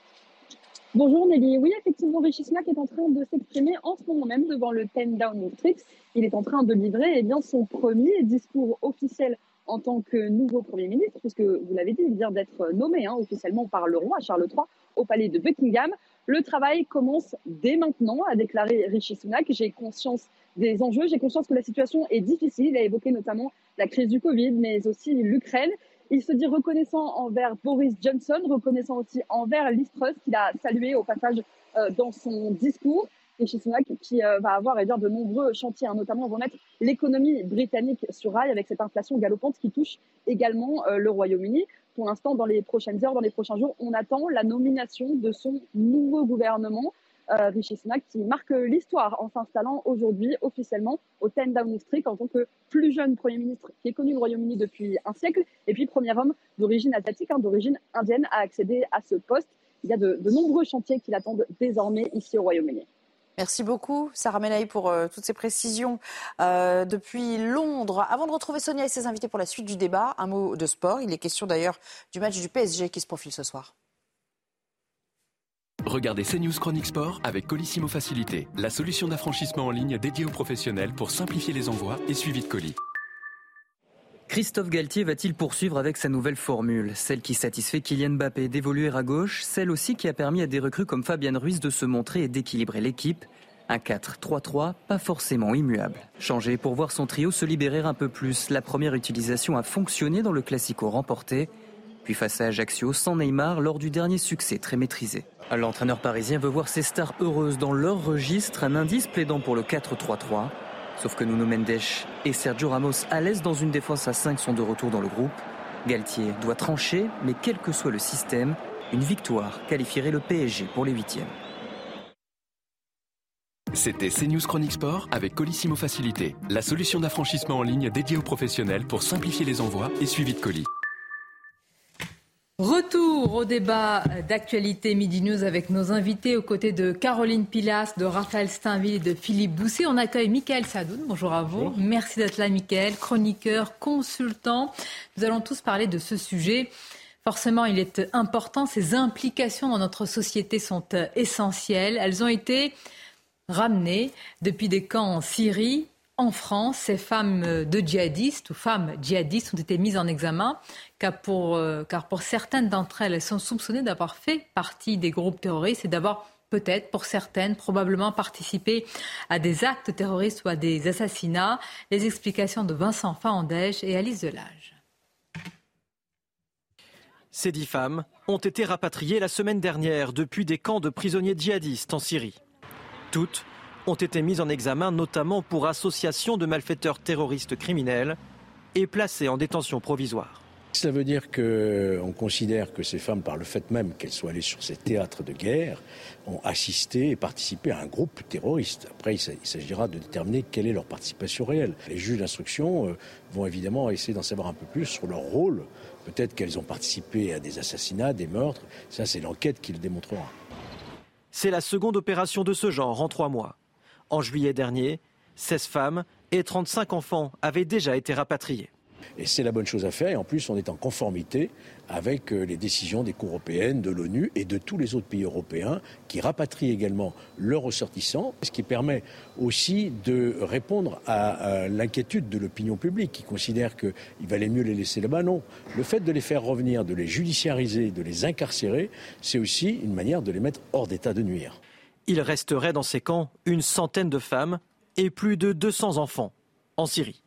Bonjour Nelly. Oui, effectivement, Rishi Sunak est en train de s'exprimer en ce moment même devant le 10 Downing Street. Il est en train de livrer son premier discours officiel en tant que nouveau Premier ministre, puisque vous l'avez dit, il vient d'être nommé officiellement par le roi Charles III au palais de Buckingham. Le travail commence dès maintenant, a déclaré Rishi Sunak. J'ai conscience des enjeux, j'ai conscience que la situation est difficile. Il a évoqué notamment la crise du Covid, mais aussi l'Ukraine. Il se dit reconnaissant envers Boris Johnson, reconnaissant aussi envers Liz Truss, qu'il a salué au passage dans son discours. Rishi Sunak qui va avoir de nombreux chantiers, notamment remettre l'économie britannique sur rail avec cette inflation galopante qui touche également le Royaume-Uni. Pour l'instant, dans les prochaines heures, dans les prochains jours, on attend la nomination de son nouveau gouvernement. Rishi Sunak qui marque l'histoire en s'installant aujourd'hui officiellement au 10 Downing Street en tant que plus jeune Premier ministre qui est connu le Royaume-Uni depuis un siècle et puis premier homme d'origine asiatique, d'origine indienne à accéder à ce poste. Il y a de nombreux chantiers qui l'attendent désormais ici au Royaume-Uni. Merci beaucoup, Sarah Menaille, pour toutes ces précisions depuis Londres. Avant de retrouver Sonia et ses invités pour la suite du débat, un mot de sport. Il est question d'ailleurs du match du PSG qui se profile ce soir. Regardez CNews Chronique Sport avec Colissimo Facilité, la solution d'affranchissement en ligne dédiée aux professionnels pour simplifier les envois et suivi de colis. Christophe Galtier va-t-il poursuivre avec sa nouvelle formule, celle qui satisfait Kylian Mbappé d'évoluer à gauche, celle aussi qui a permis à des recrues comme Fabian Ruiz de se montrer et d'équilibrer l'équipe. Un 4-3-3, pas forcément immuable. Changé pour voir son trio se libérer un peu plus. La première utilisation a fonctionné dans le Classico remporté. Puis face à Ajaccio, sans Neymar, lors du dernier succès très maîtrisé. L'entraîneur parisien veut voir ses stars heureuses dans leur registre, un indice plaidant pour le 4-3-3. Sauf que Nuno Mendes et Sergio Ramos, à l'aise dans une défense à 5, sont de retour dans le groupe. Galtier doit trancher, mais quel que soit le système, une victoire qualifierait le PSG pour les 8e. C'était CNews Chronique Sport avec Colissimo Facilité, la solution d'affranchissement en ligne dédiée aux professionnels pour simplifier les envois et suivi de colis. Retour au débat d'actualité Midi News avec nos invités aux côtés de Caroline Pilas, de Raphaël Steinville et de Philippe Doucet. On accueille Mickaël Sadoun. Bonjour à vous. Bonjour. Merci d'être là, Mickaël, chroniqueur, consultant. Nous allons tous parler de ce sujet. Forcément, il est important. Ces implications dans notre société sont essentielles. Elles ont été ramenées depuis des camps en Syrie. En France, ces femmes de djihadistes ou femmes djihadistes ont été mises en examen car pour certaines d'entre elles, elles sont soupçonnées d'avoir fait partie des groupes terroristes et d'avoir peut-être, pour certaines, probablement participé à des actes terroristes ou à des assassinats. Les explications de Vincent Fahandège et Alice Delage. Ces 10 femmes ont été rapatriées la semaine dernière depuis des camps de prisonniers djihadistes en Syrie. Toutes ont été mises en examen notamment pour association de malfaiteurs terroristes criminels et placées en détention provisoire. Ça veut dire qu'on considère que ces femmes, par le fait même qu'elles soient allées sur ces théâtres de guerre, ont assisté et participé à un groupe terroriste. Après, il s'agira de déterminer quelle est leur participation réelle. Les juges d'instruction vont évidemment essayer d'en savoir un peu plus sur leur rôle Peut-être qu'elles ont participé à des assassinats, des meurtres. Ça, c'est l'enquête qui le démontrera. C'est la seconde opération de ce genre en 3 mois. En juillet dernier, 16 femmes et 35 enfants avaient déjà été rapatriés. Et c'est la bonne chose à faire. Et en plus, on est en conformité avec les décisions des cours européennes, de l'ONU et de tous les autres pays européens qui rapatrient également leurs ressortissants. Ce qui permet aussi de répondre à l'inquiétude de l'opinion publique qui considère qu'il valait mieux les laisser là-bas. Non. Le fait de les faire revenir, de les judiciariser, de les incarcérer, c'est aussi une manière de les mettre hors d'état de nuire. Il resterait dans ces camps une centaine de femmes et plus de 200 enfants en Syrie.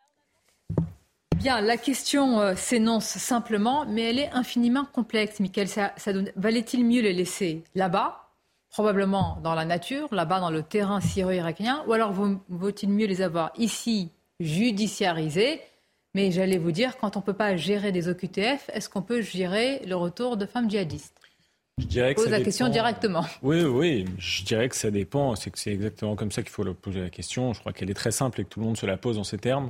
Bien, la question s'énonce simplement, mais elle est infiniment complexe. Mickaël, valait-il mieux les laisser là-bas, probablement dans la nature, là-bas dans le terrain syro-irakien, ou alors vaut-il mieux les avoir ici, judiciarisés? Mais j'allais vous dire, quand on ne peut pas gérer des OQTF, est-ce qu'on peut gérer le retour de femmes djihadistes? Je dirais que pose la question directement. Oui, je dirais que ça dépend. C'est exactement comme ça qu'il faut poser la question. Je crois qu'elle est très simple et que tout le monde se la pose en ces termes.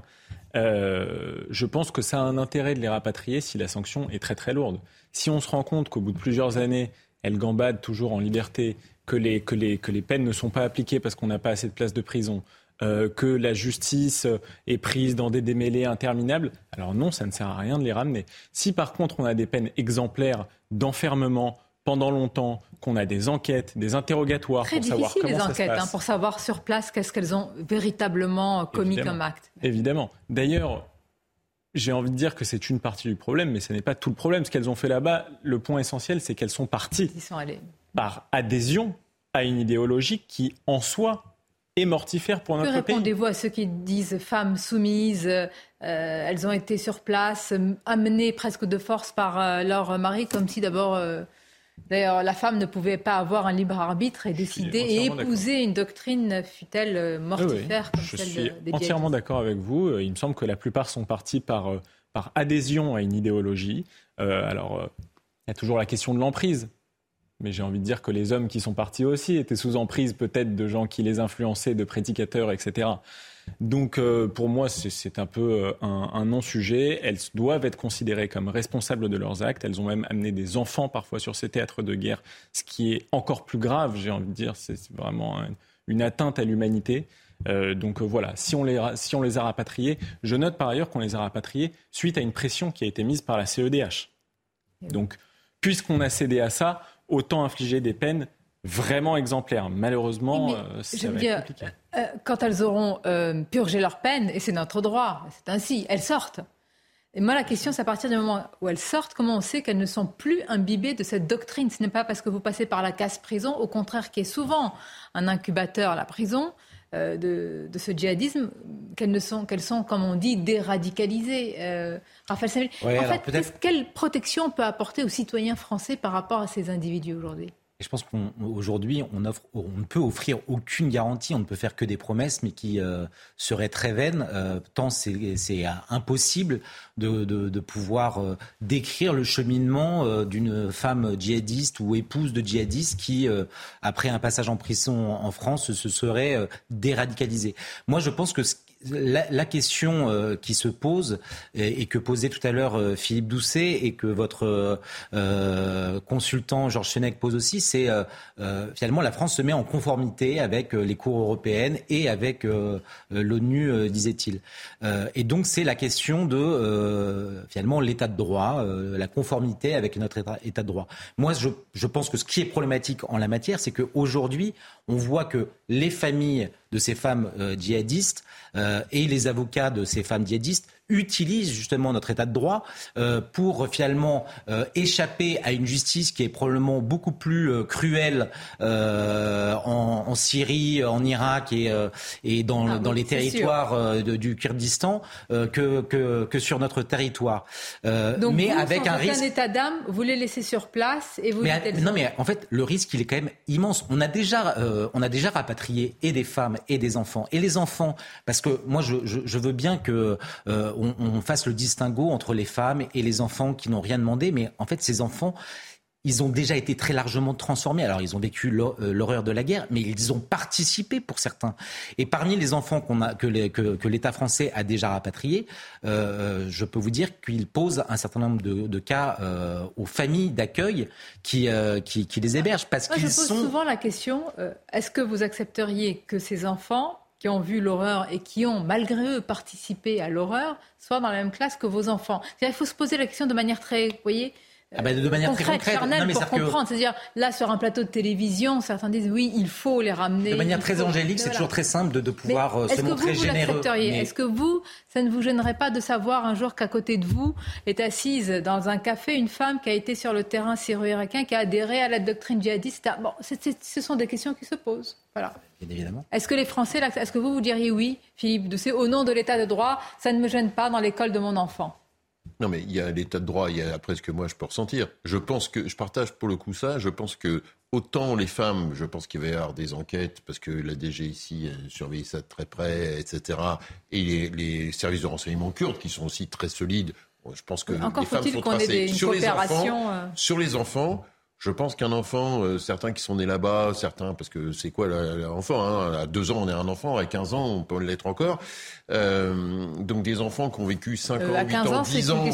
Je pense que ça a un intérêt de les rapatrier si la sanction est très très lourde. Si on se rend compte qu'au bout de plusieurs années, elles gambadent toujours en liberté, que les peines ne sont pas appliquées parce qu'on n'a pas assez de places de prison, que la justice est prise dans des démêlés interminables, alors non, ça ne sert à rien de les ramener. Si par contre on a des peines exemplaires d'enfermement pendant longtemps, qu'on a des enquêtes, des interrogatoires pour savoir comment ça se passe. Très difficile les enquêtes, pour savoir sur place qu'est-ce qu'elles ont véritablement commis comme acte. Évidemment. D'ailleurs, j'ai envie de dire que c'est une partie du problème, mais ce n'est pas tout le problème. Ce qu'elles ont fait là-bas, le point essentiel, c'est qu'elles sont parties par adhésion à une idéologie qui, en soi, est mortifère pour notre pays. Que répondez-vous à ceux qui disent femmes soumises, elles ont été sur place, amenées presque de force par leur mari, comme si d'abord... D'ailleurs, la femme ne pouvait pas avoir un libre arbitre et décider et épouser une doctrine, fût-elle mortifère, comme celle des djihadistes. Je suis entièrement d'accord avec vous. Il me semble que la plupart sont partis par adhésion à une idéologie. Alors, il y a toujours la question de l'emprise. Mais j'ai envie de dire que les hommes qui sont partis aussi étaient sous emprise peut-être de gens qui les influençaient, de prédicateurs, etc. Donc pour moi, c'est un peu un non-sujet. Elles doivent être considérées comme responsables de leurs actes. Elles ont même amené des enfants parfois sur ces théâtres de guerre, ce qui est encore plus grave, j'ai envie de dire. C'est vraiment une atteinte à l'humanité. Donc voilà, si on les a rapatriés, je note par ailleurs qu'on les a rapatriés suite à une pression qui a été mise par la CEDH. Donc puisqu'on a cédé à ça, autant infliger des peines vraiment exemplaires. Malheureusement, ça va être compliqué. Quand elles auront purgé leur peine, et c'est notre droit, c'est ainsi, elles sortent. Et moi, la question, c'est à partir du moment où elles sortent, comment on sait qu'elles ne sont plus imbibées de cette doctrine? Ce n'est pas parce que vous passez par la case prison, au contraire, qui est souvent un incubateur, la prison, de ce djihadisme, qu'elles sont, comme on dit, déradicalisées. Raphaël Samuel, quelle protection on peut apporter aux citoyens français par rapport à ces individus aujourd'hui? Je pense qu'aujourd'hui, on ne peut offrir aucune garantie, on ne peut faire que des promesses, mais qui seraient très vaines, tant c'est impossible de pouvoir décrire le cheminement d'une femme djihadiste ou épouse de djihadiste qui, après un passage en prison en France, se serait déradicalisée. Moi, je pense que la question qui se pose et que posait tout à l'heure Philippe Doucet et que votre consultant Georges Fenech pose aussi, c'est finalement la France se met en conformité avec les cours européennes et avec l'ONU, disait-il. Et donc c'est la question de finalement l'état de droit, la conformité avec notre état de droit. Moi, je pense que ce qui est problématique en la matière, c'est qu'aujourd'hui, on voit que les familles de ces femmes djihadistes et les avocats de ces femmes djihadistes utilisent justement notre état de droit pour finalement échapper à une justice qui est probablement beaucoup plus cruelle en Syrie, en Irak et dans les territoires du Kurdistan que sur notre territoire. Donc mais vous, avec un risque. Un état d'âme, vous les laissez sur place et vous. Mais en fait, le risque il est quand même immense. On a déjà rapatrié et des femmes et des enfants. Et les enfants, parce que moi je veux bien que on fasse le distinguo entre les femmes et les enfants qui n'ont rien demandé, mais en fait ces enfants, ils ont déjà été très largement transformés. Alors, ils ont vécu l'horreur de la guerre, mais ils ont participé pour certains. Et parmi les enfants que l'État français a déjà rapatriés, je peux vous dire qu'il pose un certain nombre de cas aux familles d'accueil qui les hébergent. Parce qu'ils je pose souvent la question, est-ce que vous accepteriez que ces enfants qui ont vu l'horreur et qui ont, malgré eux, participé à l'horreur, soient dans la même classe que vos enfants? Il faut se poser la question de manière très, vous voyez, de manière concrète, très concrète, charnelle, pour comprendre. C'est-à-dire, là, sur un plateau de télévision, certains disent, oui, il faut les ramener. De manière très angélique, c'est toujours très simple de pouvoir se montrer généreux. Mais... Est-ce que vous, ça ne vous gênerait pas de savoir un jour qu'à côté de vous est assise dans un café une femme qui a été sur le terrain syro-irakien, qui a adhéré à la doctrine djihadiste? Bon, ce sont des questions qui se posent. Voilà. Bien évidemment. Est-ce que les Français, est-ce que vous diriez oui, Philippe Doucet, au nom de l'état de droit, ça ne me gêne pas dans l'école de mon enfant? Non, mais il y a l'état de droit, il y a après ce que moi je peux ressentir. Je pense que, je partage pour le coup ça, je pense que autant les femmes, je pense qu'il va y avoir des enquêtes, parce que la DG ici surveille ça de très près, etc. Et les services de renseignement kurdes, qui sont aussi très solides, je pense que les femmes sont tracées. Sur les enfants, je pense qu'un enfant, certains qui sont nés là-bas, certains, parce que c'est quoi l'enfant, à 2 ans on est un enfant, à 15 ans on peut l'être encore. Donc des enfants qui ont vécu 5 ans, 8 ans, 10 ans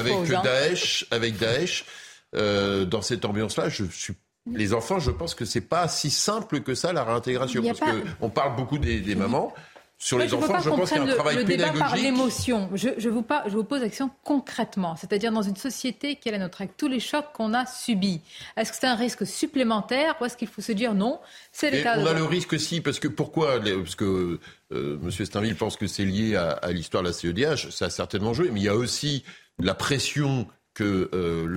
avec Daesh, dans cette ambiance-là, les enfants, je pense que c'est pas si simple que ça la réintégration, parce qu'on parle beaucoup des mamans. Sur les enfants, je pense qu'il y a un travail pédagogique. Le débat par l'émotion. Je vous pose la question concrètement, c'est-à-dire dans une société qui est la nôtre, avec tous les chocs qu'on a subis. Est-ce que c'est un risque supplémentaire ou est-ce qu'il faut se dire non, c'est l'état de droit? On a le risque si, parce que pourquoi? Parce que M. Steinville pense que c'est lié à l'histoire de la CEDH, ça a certainement joué, mais il y a aussi la pression que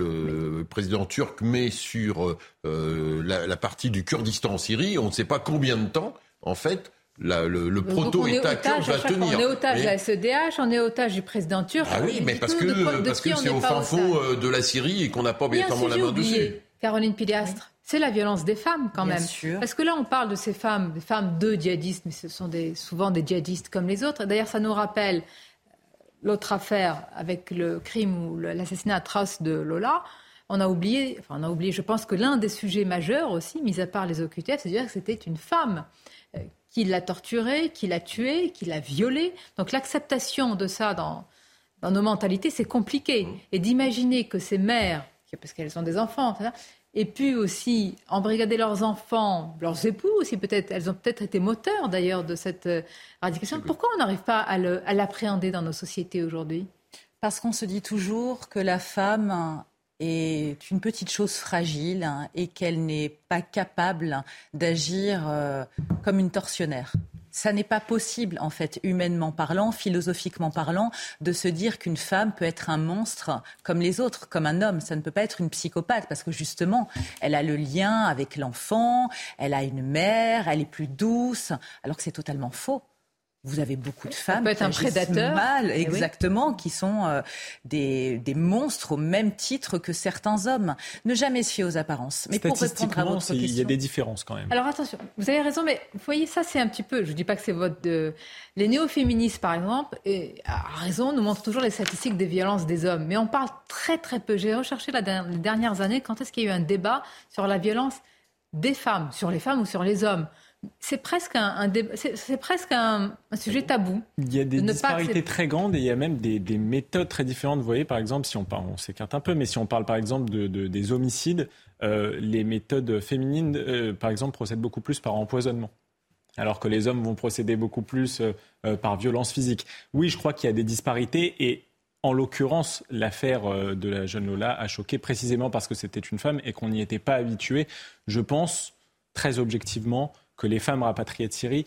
le président turc met sur la partie du Kurdistan en Syrie. On ne sait pas combien de temps, en fait, le proto-État kurde va tenir. On est otage de la SEDH, on est otage du président turc. Ah oui, mais parce que c'est au fin fond de la Syrie et qu'on n'a pas obligatoirement la main dessus. Caroline Pilastre, c'est la violence des femmes quand même. Sûr. Parce que là, on parle de ces femmes, des femmes de djihadistes, mais ce sont souvent des djihadistes comme les autres. D'ailleurs, ça nous rappelle l'autre affaire avec le crime ou l'assassinat atroce de Lola. On a oublié, je pense que l'un des sujets majeurs aussi, mis à part les OQTF, c'est de dire que c'était une femme qui l'a torturée, qui l'a tuée, qui l'a violée. Donc l'acceptation de ça dans nos mentalités, c'est compliqué. Et d'imaginer que ces mères, parce qu'elles ont des enfants, et puis aussi embrigader leurs enfants, leurs époux aussi peut-être, elles ont peut-être été moteurs d'ailleurs de cette radicalisation. Pourquoi on n'arrive pas à l'appréhender dans nos sociétés aujourd'hui? Parce qu'on se dit toujours que la femme est une petite chose fragile et qu'elle n'est pas capable d'agir comme une tortionnaire. Ça n'est pas possible, en fait, humainement parlant, philosophiquement parlant, de se dire qu'une femme peut être un monstre comme les autres, comme un homme. Ça ne peut pas être une psychopathe parce que, justement, elle a le lien avec l'enfant, elle a une mère, elle est plus douce, alors que c'est totalement faux. Vous avez beaucoup de femmes qui agissent mal, exactement, qui sont des monstres au même titre que certains hommes. Ne jamais se fier aux apparences. Mais pour répondre à votre question, il y a des différences quand même. Alors attention, vous avez raison, mais vous voyez, ça c'est un petit peu, je ne dis pas que c'est les néo-féministes par exemple, et à raison, nous montrent toujours les statistiques des violences des hommes. Mais on parle très très peu. J'ai recherché les dernières années quand est-ce qu'il y a eu un débat sur la violence des femmes, sur les femmes ou sur les hommes. C'est presque un sujet tabou. Il y a des disparités très grandes et il y a même des méthodes très différentes. Vous voyez, par exemple, si on s'écarte un peu, mais si on parle par exemple des homicides, les méthodes féminines, par exemple, procèdent beaucoup plus par empoisonnement. Alors que les hommes vont procéder beaucoup plus par violence physique. Oui, je crois qu'il y a des disparités et en l'occurrence, l'affaire de la jeune Lola a choqué précisément parce que c'était une femme et qu'on n'y était pas habitué. Je pense, très objectivement, que les femmes rapatriées de Syrie,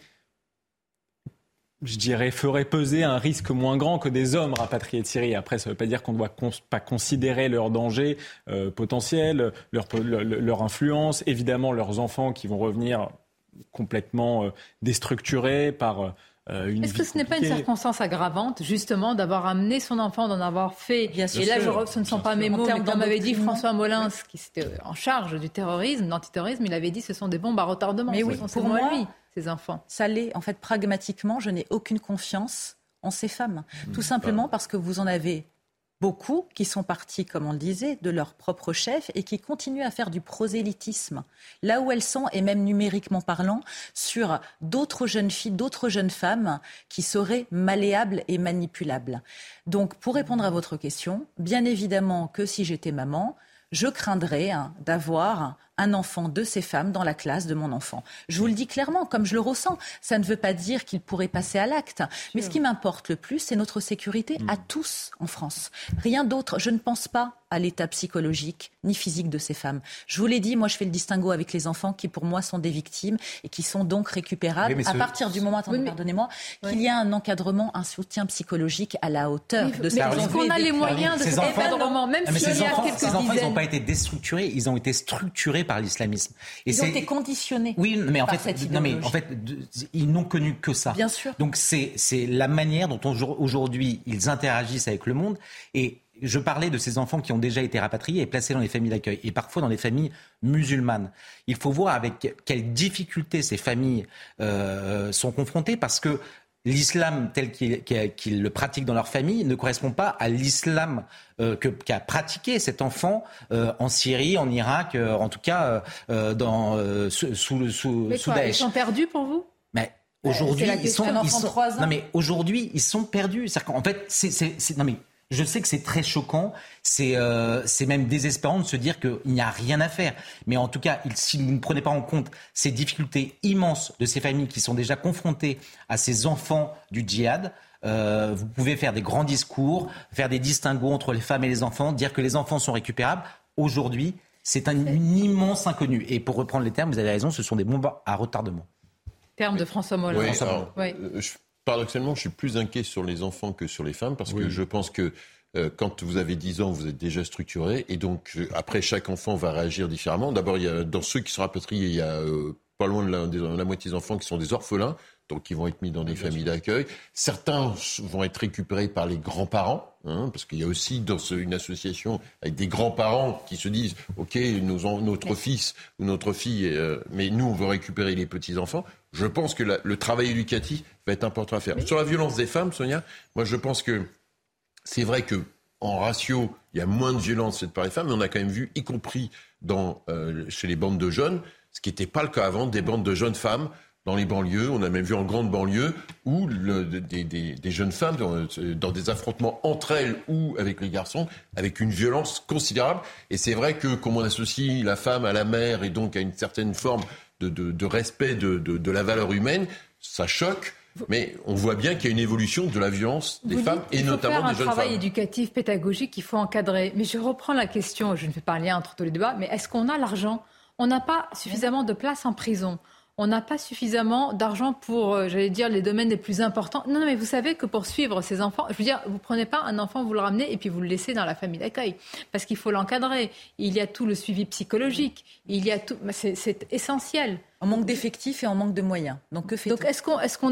je dirais, feraient peser un risque moins grand que des hommes rapatriés de Syrie. Après, ça ne veut pas dire qu'on ne doit pas considérer leur danger potentiel, leur influence, évidemment leurs enfants qui vont revenir complètement déstructurés par une Est-ce que ce n'est pas une circonstance aggravante, justement, d'avoir amené son enfant, d'en avoir fait? Bien sûr. Et là, ce ne sont pas mes mots, mais comme avait dit François Molins, qui était en charge du terrorisme, de l'antiterrorisme, il avait dit que ce sont des bombes à retardement. Mais oui, pour moi, lui, ces enfants. Ça l'est. En fait, pragmatiquement, je n'ai aucune confiance en ces femmes. Tout simplement parce que vous en avez beaucoup qui sont partis, comme on le disait, de leur propre chef et qui continuent à faire du prosélytisme, là où elles sont, et même numériquement parlant, sur d'autres jeunes filles, d'autres jeunes femmes qui seraient malléables et manipulables. Donc, pour répondre à votre question, bien évidemment que si j'étais maman, je craindrais d'avoir un enfant de ces femmes dans la classe de mon enfant. Je vous le dis clairement, comme je le ressens. Ça ne veut pas dire qu'il pourrait passer à l'acte. Mais ce qui m'importe le plus, c'est notre sécurité à tous en France. Rien d'autre. Je ne pense pas à l'état psychologique ni physique de ces femmes. Je vous l'ai dit, moi je fais le distinguo avec les enfants qui pour moi sont des victimes et qui sont donc récupérables à partir du moment, pardonnez-moi, qu'il y a un encadrement, un soutien psychologique à la hauteur de ces enfants. Est-ce qu'on a les moyens de cet encadrement, même s'il y a quelques ces enfants, dizaines. Ils n'ont pas été déstructurés, ils ont été structurés par l'islamisme. Et ils ont été conditionnés. Oui, mais en par fait, cette ils n'ont connu que ça. Bien sûr. Donc c'est la manière dont aujourd'hui ils interagissent avec le monde. Et je parlais de ces enfants qui ont déjà été rapatriés et placés dans les familles d'accueil, et parfois dans les familles musulmanes. Il faut voir avec quelles difficultés ces familles sont confrontées, parce que l'islam tel qu'ils le pratiquent dans leur famille ne correspond pas à l'islam qu'a pratiqué cet enfant en Syrie, en Irak, en tout cas sous Daesh. Ils sont perdus pour vous ? Mais aujourd'hui, aujourd'hui, ils sont perdus. C'est-à-dire qu'en fait, non mais je sais que c'est très choquant, c'est même désespérant de se dire qu'il n'y a rien à faire. Mais en tout cas, si vous ne prenez pas en compte ces difficultés immenses de ces familles qui sont déjà confrontées à ces enfants du djihad, vous pouvez faire des grands discours, faire des distinguos entre les femmes et les enfants, dire que les enfants sont récupérables. Aujourd'hui, c'est une immense inconnue. Et pour reprendre les termes, vous avez raison, ce sont des bombes à retardement. Terme de François Molins. Oui, paradoxalement, je suis plus inquiet sur les enfants que sur les femmes, parce que je pense que quand vous avez 10 ans, vous êtes déjà structuré, et donc après, chaque enfant va réagir différemment. D'abord, dans ceux qui sont rapatriés, il y a pas loin de la moitié des enfants qui sont des orphelins, donc qui vont être mis dans des familles d'accueil. Certains vont être récupérés par les grands-parents, parce qu'il y a aussi une association avec des grands-parents qui se disent « Ok, notre fils ou notre fille, mais nous, on veut récupérer les petits-enfants ». Je pense que le travail éducatif va être important à faire. Sur la violence des femmes, Sonia, moi je pense que c'est vrai qu'en ratio, il y a moins de violence faite par les femmes, mais on a quand même vu, y compris chez les bandes de jeunes, ce qui n'était pas le cas avant, des bandes de jeunes femmes dans les banlieues. On a même vu en grande banlieue où des jeunes femmes dans des affrontements entre elles ou avec les garçons, avec une violence considérable. Et c'est vrai que comme on associe la femme à la mère et donc à une certaine forme de respect de la valeur humaine, ça choque. Mais on voit bien qu'il y a une évolution de la violence des femmes et notamment des jeunes femmes. Il faut faire un travail éducatif, pédagogique qu'il faut encadrer. Mais je reprends la question, je ne fais pas un lien entre tous les débats, mais est-ce qu'on a l'argent ? On n'a pas suffisamment de places en prison. On n'a pas suffisamment d'argent pour, les domaines les plus importants. Non, mais vous savez que pour suivre ces enfants, je veux dire, vous ne prenez pas un enfant, vous le ramenez et puis vous le laissez dans la famille d'accueil. Parce qu'il faut l'encadrer. Il y a tout le suivi psychologique. Il y a tout. C'est essentiel. En manque d'effectifs et en manque de moyens. Donc que fait-on ? Donc est-ce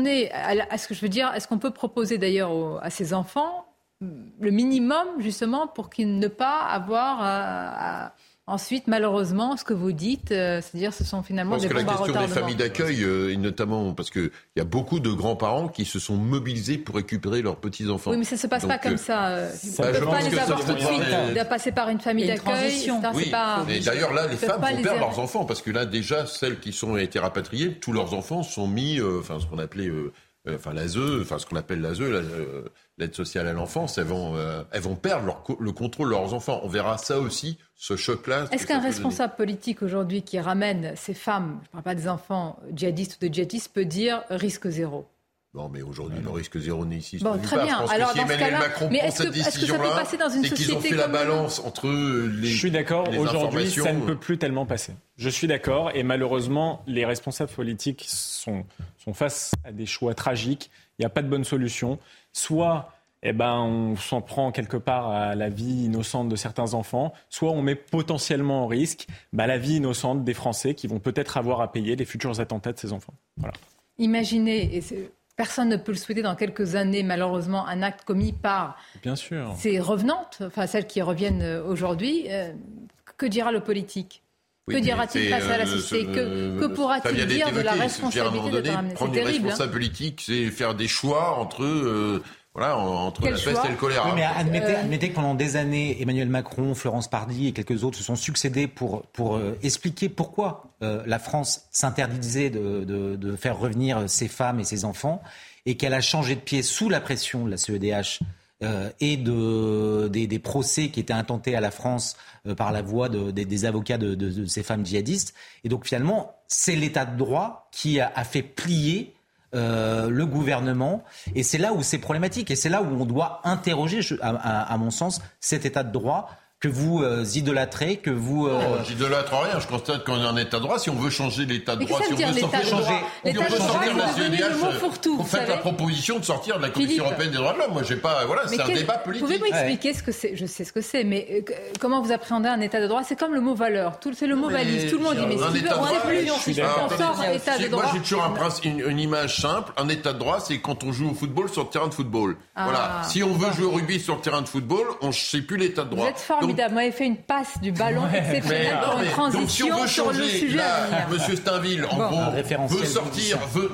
qu'on peut proposer d'ailleurs à ces enfants le minimum justement pour qu'ils ne pas avoir ensuite, malheureusement, ce que vous dites, c'est-à-dire ce sont finalement des bombes à retardement. Je pense que la question des familles d'accueil, et notamment parce qu'il y a beaucoup de grands-parents qui se sont mobilisés pour récupérer leurs petits-enfants. Oui, mais ça ne se passe pas comme ça. On ne peut pas les avoir tout de suite. Il doit passer par une famille d'accueil. Oui, mais d'ailleurs, là, les femmes vont perdre leurs enfants, parce que là, déjà, celles qui ont été rapatriées, tous leurs enfants sont mis, ce qu'on appelait... l'ASE, ce qu'on appelle l'ASE, l'aide sociale à l'enfance, elles vont perdre le contrôle de leurs enfants. On verra ça aussi, ce choc-là. Est-ce qu'un responsable politique aujourd'hui qui ramène ces femmes, je ne parle pas des enfants djihadistes ou de djihadistes, peut dire risque zéro ? Non, mais aujourd'hui, le risque zéro n'existe pas. Très bien. Je pense que si Emmanuel Macron prend cette décision-là, c'est qu'ils ont fait la balance entre les. Je suis d'accord. Aujourd'hui, ça ne peut plus tellement passer. Je suis d'accord. Et malheureusement, les responsables politiques sont face à des choix tragiques. Il n'y a pas de bonne solution. Soit on s'en prend quelque part à la vie innocente de certains enfants, soit on met potentiellement en risque la vie innocente des Français qui vont peut-être avoir à payer les futurs attentats de ces enfants. Voilà. Imaginez, personne ne peut le souhaiter dans quelques années, malheureusement, un acte commis par ces revenantes, enfin celles qui reviennent aujourd'hui. Que dira le politique ? Que dira-t-il face à la société ? Que pourra-t-il dire de la responsabilité de ramener ? Prendre une responsable politique, c'est faire des choix entre Voilà, entre Quel la peste choix. et le choléra. Oui, mais admettez que pendant des années, Emmanuel Macron, Florence Parly et quelques autres se sont succédés pour expliquer pourquoi la France s'interdisait de faire revenir ses femmes et ses enfants, et qu'elle a changé de pied sous la pression de la CEDH et des procès qui étaient intentés à la France par la voix des avocats de ces femmes djihadistes. Et donc finalement, c'est l'état de droit qui a fait plier le gouvernement, et c'est là où c'est problématique, et c'est là où on doit interroger, à mon sens, cet état de droit que vous idolâtrez, que vous... J'idolâtre rien, je constate qu'on est en état de droit. Si on veut changer l'état de droit, si on veut sortir de la CEDH, on fait la proposition de sortir de la Commission européenne des droits de l'homme. Moi, j'ai pas... Voilà, c'est un débat politique. Pouvez-vous expliquer ce que c'est? Je sais ce que c'est, mais comment vous appréhendez un état de droit? C'est comme le mot valeur, c'est le mot valise. Tout le monde dit, mais si on sort état de droit... Moi, j'ai toujours une image simple. Un état de droit, c'est quand on joue au football sur le terrain de football. Voilà. Si on veut jouer au rugby sur le terrain de football, on ne sait plus l'état de droit. Vous êtes formidable. Vous m'avez fait une passe du ballon exceptionnelle pour une transition sur le sujet à venir. Monsieur Steinville, en gros, veut sortir...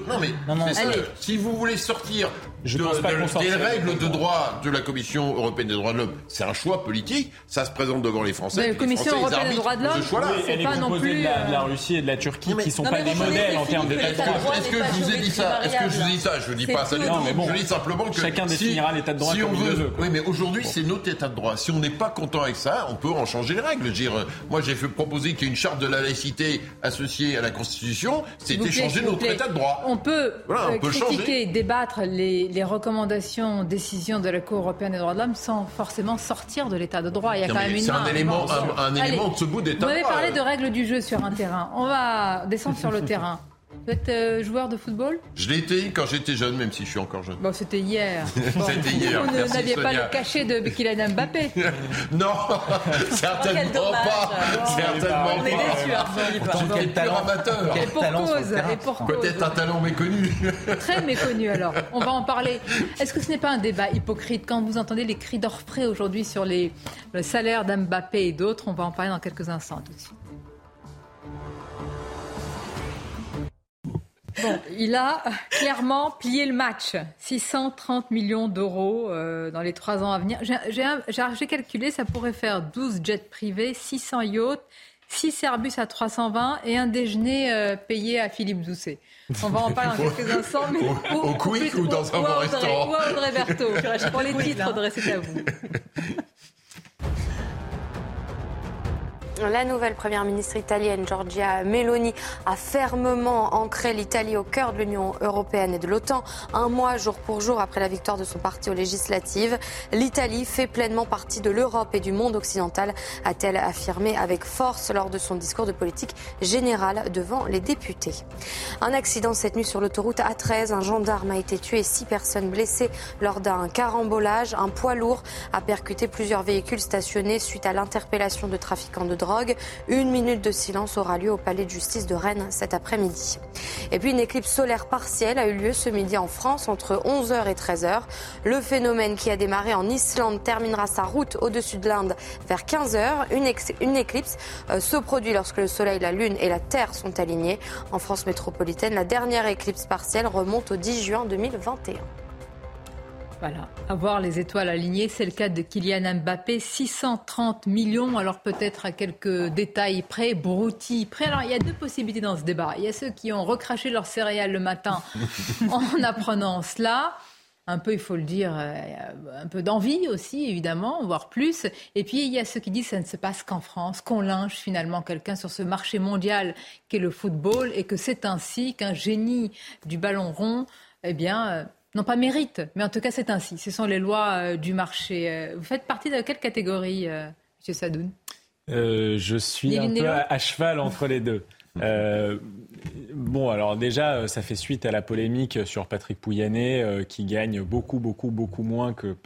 Si vous voulez sortir des règles de droit de la Commission européenne des droits de l'homme, c'est un choix politique. Ça se présente devant les Français. La Commission européenne des droits de l'homme, c'est pas non plus... de la Russie et de la Turquie qui ne sont pas des modèles en termes d'état de droit. Est-ce que je vous ai dit ça? Je ne dis pas ça du tout. Je dis simplement que... Chacun définira l'état de droit comme il le veut. Oui, mais aujourd'hui, c'est notre état de droit. Si on n'est pas content avec ça, on peut en changer les règles. Moi, j'ai fait proposer qu'il y ait une charte de la laïcité associée à la Constitution. C'était changer notre état de droit. On peut critiquer, débattre les recommandations, décisions de la Cour européenne des droits de l'homme sans forcément sortir de l'état de droit. Il y a quand même une un élément de ce bout d'état de droit. Vous avez parlé de règles du jeu sur un terrain. On va descendre sur le terrain. Vous êtes joueur de football? Je l'ai été quand j'étais jeune, même si je suis encore jeune. Bon, c'était hier. C'était hier. Vous n'aviez pas le cachet de Kylian Mbappé? Non, certainement pas. Certainement on est déçus. Quel talent amateur. Et pour cause. Peut-être un talent méconnu. Très méconnu alors. On va en parler. Est-ce que ce n'est pas un débat hypocrite quand vous entendez les cris d'orfraie aujourd'hui sur le salaire d'Mbappé et d'autres? On va en parler dans quelques instants tout de suite. Bon, il a clairement plié le match. 630 millions d'euros dans les 3 ans à venir. J'ai calculé, ça pourrait faire 12 jets privés, 600 yachts, 6 Airbus à 320 et un déjeuner payé à Philippe Doucet. On va en parler dans quelques instants. Mais au Quick ou dans un bon restaurant? Ou à Audrey Berthaud. Pour les titres, Audrey, c'est à vous. La nouvelle première ministre italienne, Giorgia Meloni, a fermement ancré l'Italie au cœur de l'Union européenne et de l'OTAN. Un mois, jour pour jour, après la victoire de son parti aux législatives, l'Italie fait pleinement partie de l'Europe et du monde occidental, a-t-elle affirmé avec force lors de son discours de politique générale devant les députés. Un accident cette nuit sur l'autoroute A13. Un gendarme a été tué et 6 personnes blessées lors d'un carambolage. Un poids lourd a percuté plusieurs véhicules stationnés suite à l'interpellation de trafiquants de drogue. 1 minute de silence aura lieu au palais de justice de Rennes cet après-midi. Et puis une éclipse solaire partielle a eu lieu ce midi en France entre 11h et 13h. Le phénomène qui a démarré en Islande terminera sa route au-dessus de l'Inde vers 15h. Une éclipse se produit lorsque le soleil, la lune et la terre sont alignés. En France métropolitaine, la dernière éclipse partielle remonte au 10 juin 2021. Voilà, avoir les étoiles alignées, c'est le cas de Kylian Mbappé, 630 millions, alors peut-être à quelques détails près, broutilles près. Alors il y a 2 possibilités dans ce débat. Il y a ceux qui ont recraché leurs céréales le matin en apprenant cela. Un peu, il faut le dire, un peu d'envie aussi, évidemment, voire plus. Et puis, il y a ceux qui disent que ça ne se passe qu'en France, qu'on lynche finalement quelqu'un sur ce marché mondial qu'est le football et que c'est ainsi qu'un génie du ballon rond, non pas mérite, mais en tout cas c'est ainsi. Ce sont les lois du marché. Vous faites partie de quelle catégorie, M. Sadoun? Je suis un peu à cheval entre les deux. Bon, alors déjà, ça fait suite à la polémique sur Patrick Pouyanné, qui gagne beaucoup moins que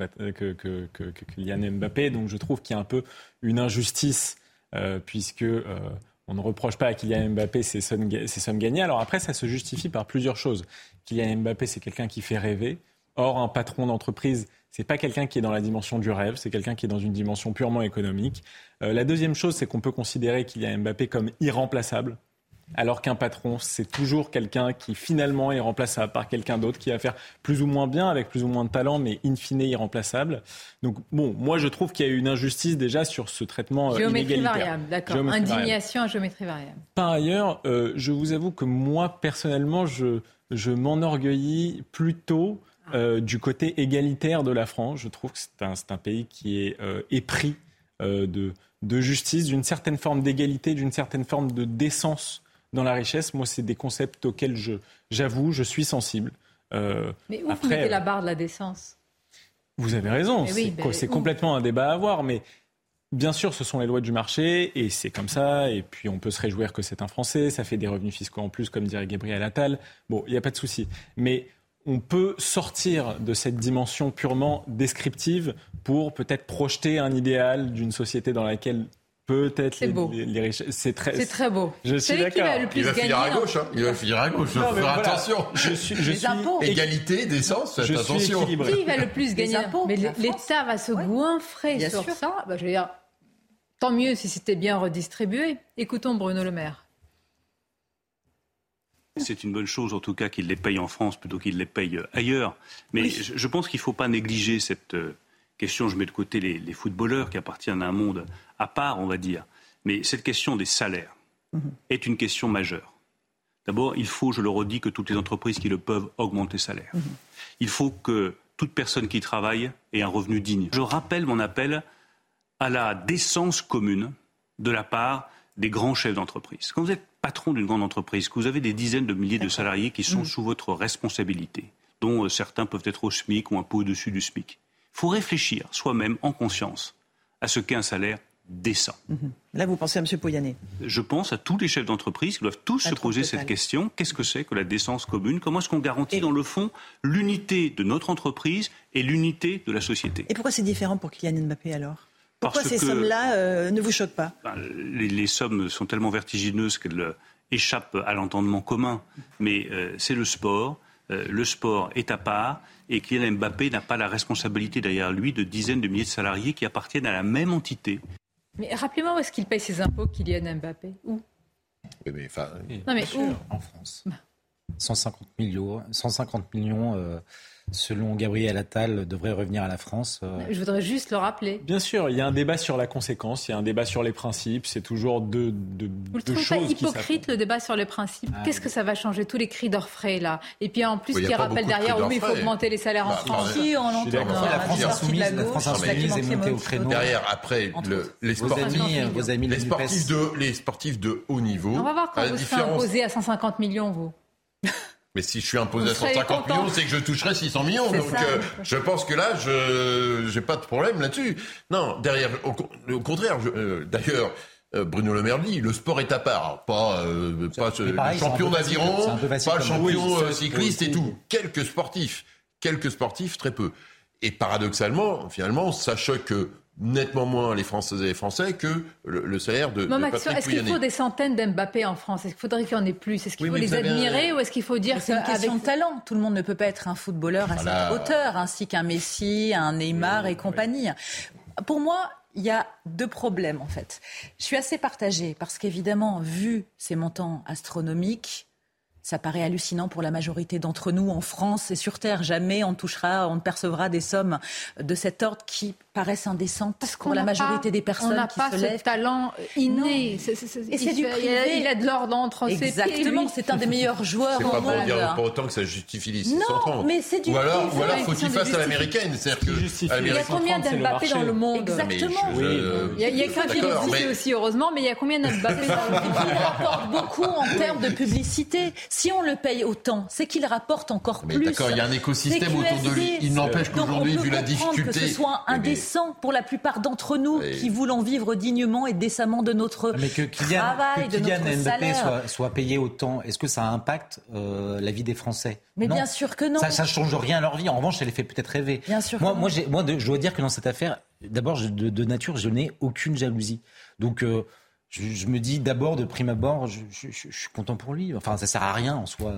Kylian Mbappé. Donc je trouve qu'il y a un peu une injustice, puisque... on ne reproche pas à Kylian Mbappé ces sommes gagnées. Alors après, ça se justifie par plusieurs choses. Kylian Mbappé, c'est quelqu'un qui fait rêver. Or, un patron d'entreprise, c'est pas quelqu'un qui est dans la dimension du rêve, c'est quelqu'un qui est dans une dimension purement économique. La deuxième chose, c'est qu'on peut considérer Kylian Mbappé comme irremplaçable. Alors qu'un patron, c'est toujours quelqu'un qui finalement est remplaçable par quelqu'un d'autre, qui va faire plus ou moins bien, avec plus ou moins de talent, mais in fine irremplaçable. Donc bon, moi je trouve qu'il y a une injustice déjà sur ce traitement géométrie inégalitaire. Variable, d'accord. Indignation à géométrie variable. Par ailleurs, je vous avoue que moi personnellement, je m'enorgueillis plutôt du côté égalitaire de la France. Je trouve que c'est un pays qui est épris de justice, d'une certaine forme d'égalité, d'une certaine forme de décence dans la richesse. Moi, c'est des concepts auxquels j'avoue, je suis sensible. Mais où vous mettez la barre de la décence ? Vous avez raison, c'est où complètement un débat à avoir, mais bien sûr, ce sont les lois du marché, et c'est comme ça, et puis on peut se réjouir que c'est un Français, ça fait des revenus fiscaux en plus, comme dirait Gabriel Attal. Bon, il n'y a pas de souci. Mais on peut sortir de cette dimension purement descriptive pour peut-être projeter un idéal d'une société dans laquelle peut-être les richesses... C'est très beau. Je suis d'accord. Il va finir à gauche. Il va finir à gauche. Il faut faire attention. Je suis égalité, décence, faites attention. Qui va le plus gagner ? Mais l'État va se goinfrer sur ça. Je veux dire, tant mieux si c'était bien redistribué. Écoutons Bruno Le Maire. C'est une bonne chose, en tout cas, qu'ils les payent en France plutôt qu'ils les payent ailleurs. Mais je pense qu'il ne faut pas négliger cette question. Je mets de côté les footballeurs qui appartiennent à un monde à part, on va dire. Mais cette question des salaires est une question majeure. D'abord, il faut, je le redis, que toutes les entreprises qui le peuvent augmentent les salaires. Il faut que toute personne qui travaille ait un revenu digne. Je rappelle mon appel à la décence commune de la part des grands chefs d'entreprise. Quand vous êtes patron d'une grande entreprise, que vous avez des dizaines de milliers de salariés qui sont sous votre responsabilité, dont certains peuvent être au SMIC ou un peu au-dessus du SMIC, il faut réfléchir soi-même en conscience à ce qu'est un salaire décent. Là, vous pensez à M. Pouyanné ? Je pense à tous les chefs d'entreprise qui doivent tous se poser cette question. Qu'est-ce que c'est que la décence commune ? Comment est-ce qu'on garantit, dans le fond, l'unité de notre entreprise et l'unité de la société ? Et pourquoi c'est différent pour Kylian Mbappé, alors ? Pourquoi ces sommes-là ne vous choquent pas ? Les sommes sont tellement vertigineuses qu'elles échappent à l'entendement commun. Mais c'est le sport. Le sport est à part. Et Kylian Mbappé n'a pas la responsabilité derrière lui de dizaines de milliers de salariés qui appartiennent à la même entité. Mais rappelez-moi où est-ce qu'il paye ses impôts, Kylian Mbappé ? Où ? Oui, mais enfin, non, mais où ? En France. 150 millions selon Gabriel Attal, devrait revenir à la France. Je voudrais juste le rappeler. Bien sûr, il y a un débat sur la conséquence, il y a un débat sur les principes, c'est toujours deux Vous ne trouvez pas hypocrite le débat sur les principes ? Qu'est-ce que ça va changer ? Tous les cris d'orfraie, là. Et puis en plus, qui rappelle derrière, oui, il faut augmenter les salaires en France. Si, on l'entend. La France insoumise est montée au créneau. Derrière, après, les sportifs de haut niveau. On va voir quand vous serez imposé à 150 millions, vous. Mais si je suis imposé à 150 millions, c'est que je toucherai 600 millions. Donc je pense que là, je n'ai pas de problème là-dessus. Non, derrière, au contraire, d'ailleurs, Bruno Le Maire dit, le sport est à part. Pas champion d'aviron, pas champion cycliste et tout. Quelques sportifs, très peu. Et paradoxalement, finalement, ça choque nettement moins les Françaises et les Français que le salaire de Patrick Pouyanné. Est-ce qu'il faut des centaines d'Mbappé en France ? Est-ce qu'il faudrait qu'il y en ait plus ? Est-ce qu'il faut les admirer ou est-ce qu'il faut dire que c'est une question de talent ? Tout le monde ne peut pas être un footballeur à cette hauteur, ainsi qu'un Messi, un Neymar et compagnie. Pour moi, il y a deux problèmes en fait. Je suis assez partagée parce qu'évidemment, vu ces montants astronomiques, ça paraît hallucinant pour la majorité d'entre nous en France et sur Terre. Jamais on ne percevra des sommes de cet ordre qui paraissent indécentes pour la majorité des personnes qui se lèvent. On n'a pas ce talent inné. Et c'est du privé. Il a de l'ordre entre ses pieds. Exactement, c'est un des meilleurs joueurs au monde. C'est pas pour autant que ça justifie les 630. Non, mais c'est du privé. Ou alors faut qu'il fasse à l'américaine. Il y a combien d'Mbappé dans le monde ? Exactement. Il y a qu'un qui existe aussi, heureusement, mais il y a combien d'Mbappé dans le monde ? Il rapporte beaucoup en termes de publicité. Si on le paye autant, c'est qu'il rapporte encore plus. D'accord, il y a un écosystème autour de lui. Il n'empêche qu'aujourd'hui, vu la difficulté, que ce soit indécent pour la plupart d'entre nous qui voulons vivre dignement et décemment de notre travail, de notre salaire. Mbappé soit payé autant, est-ce que ça impacte la vie des Français ? Mais non. Bien sûr que non. Ça change rien à leur vie. En revanche, ça les fait peut-être rêver. Bien sûr. Moi, je dois dire que dans cette affaire, d'abord, de nature, je n'ai aucune jalousie. Donc Je me dis d'abord, de prime abord, je suis content pour lui. Enfin, ça sert à rien en soi.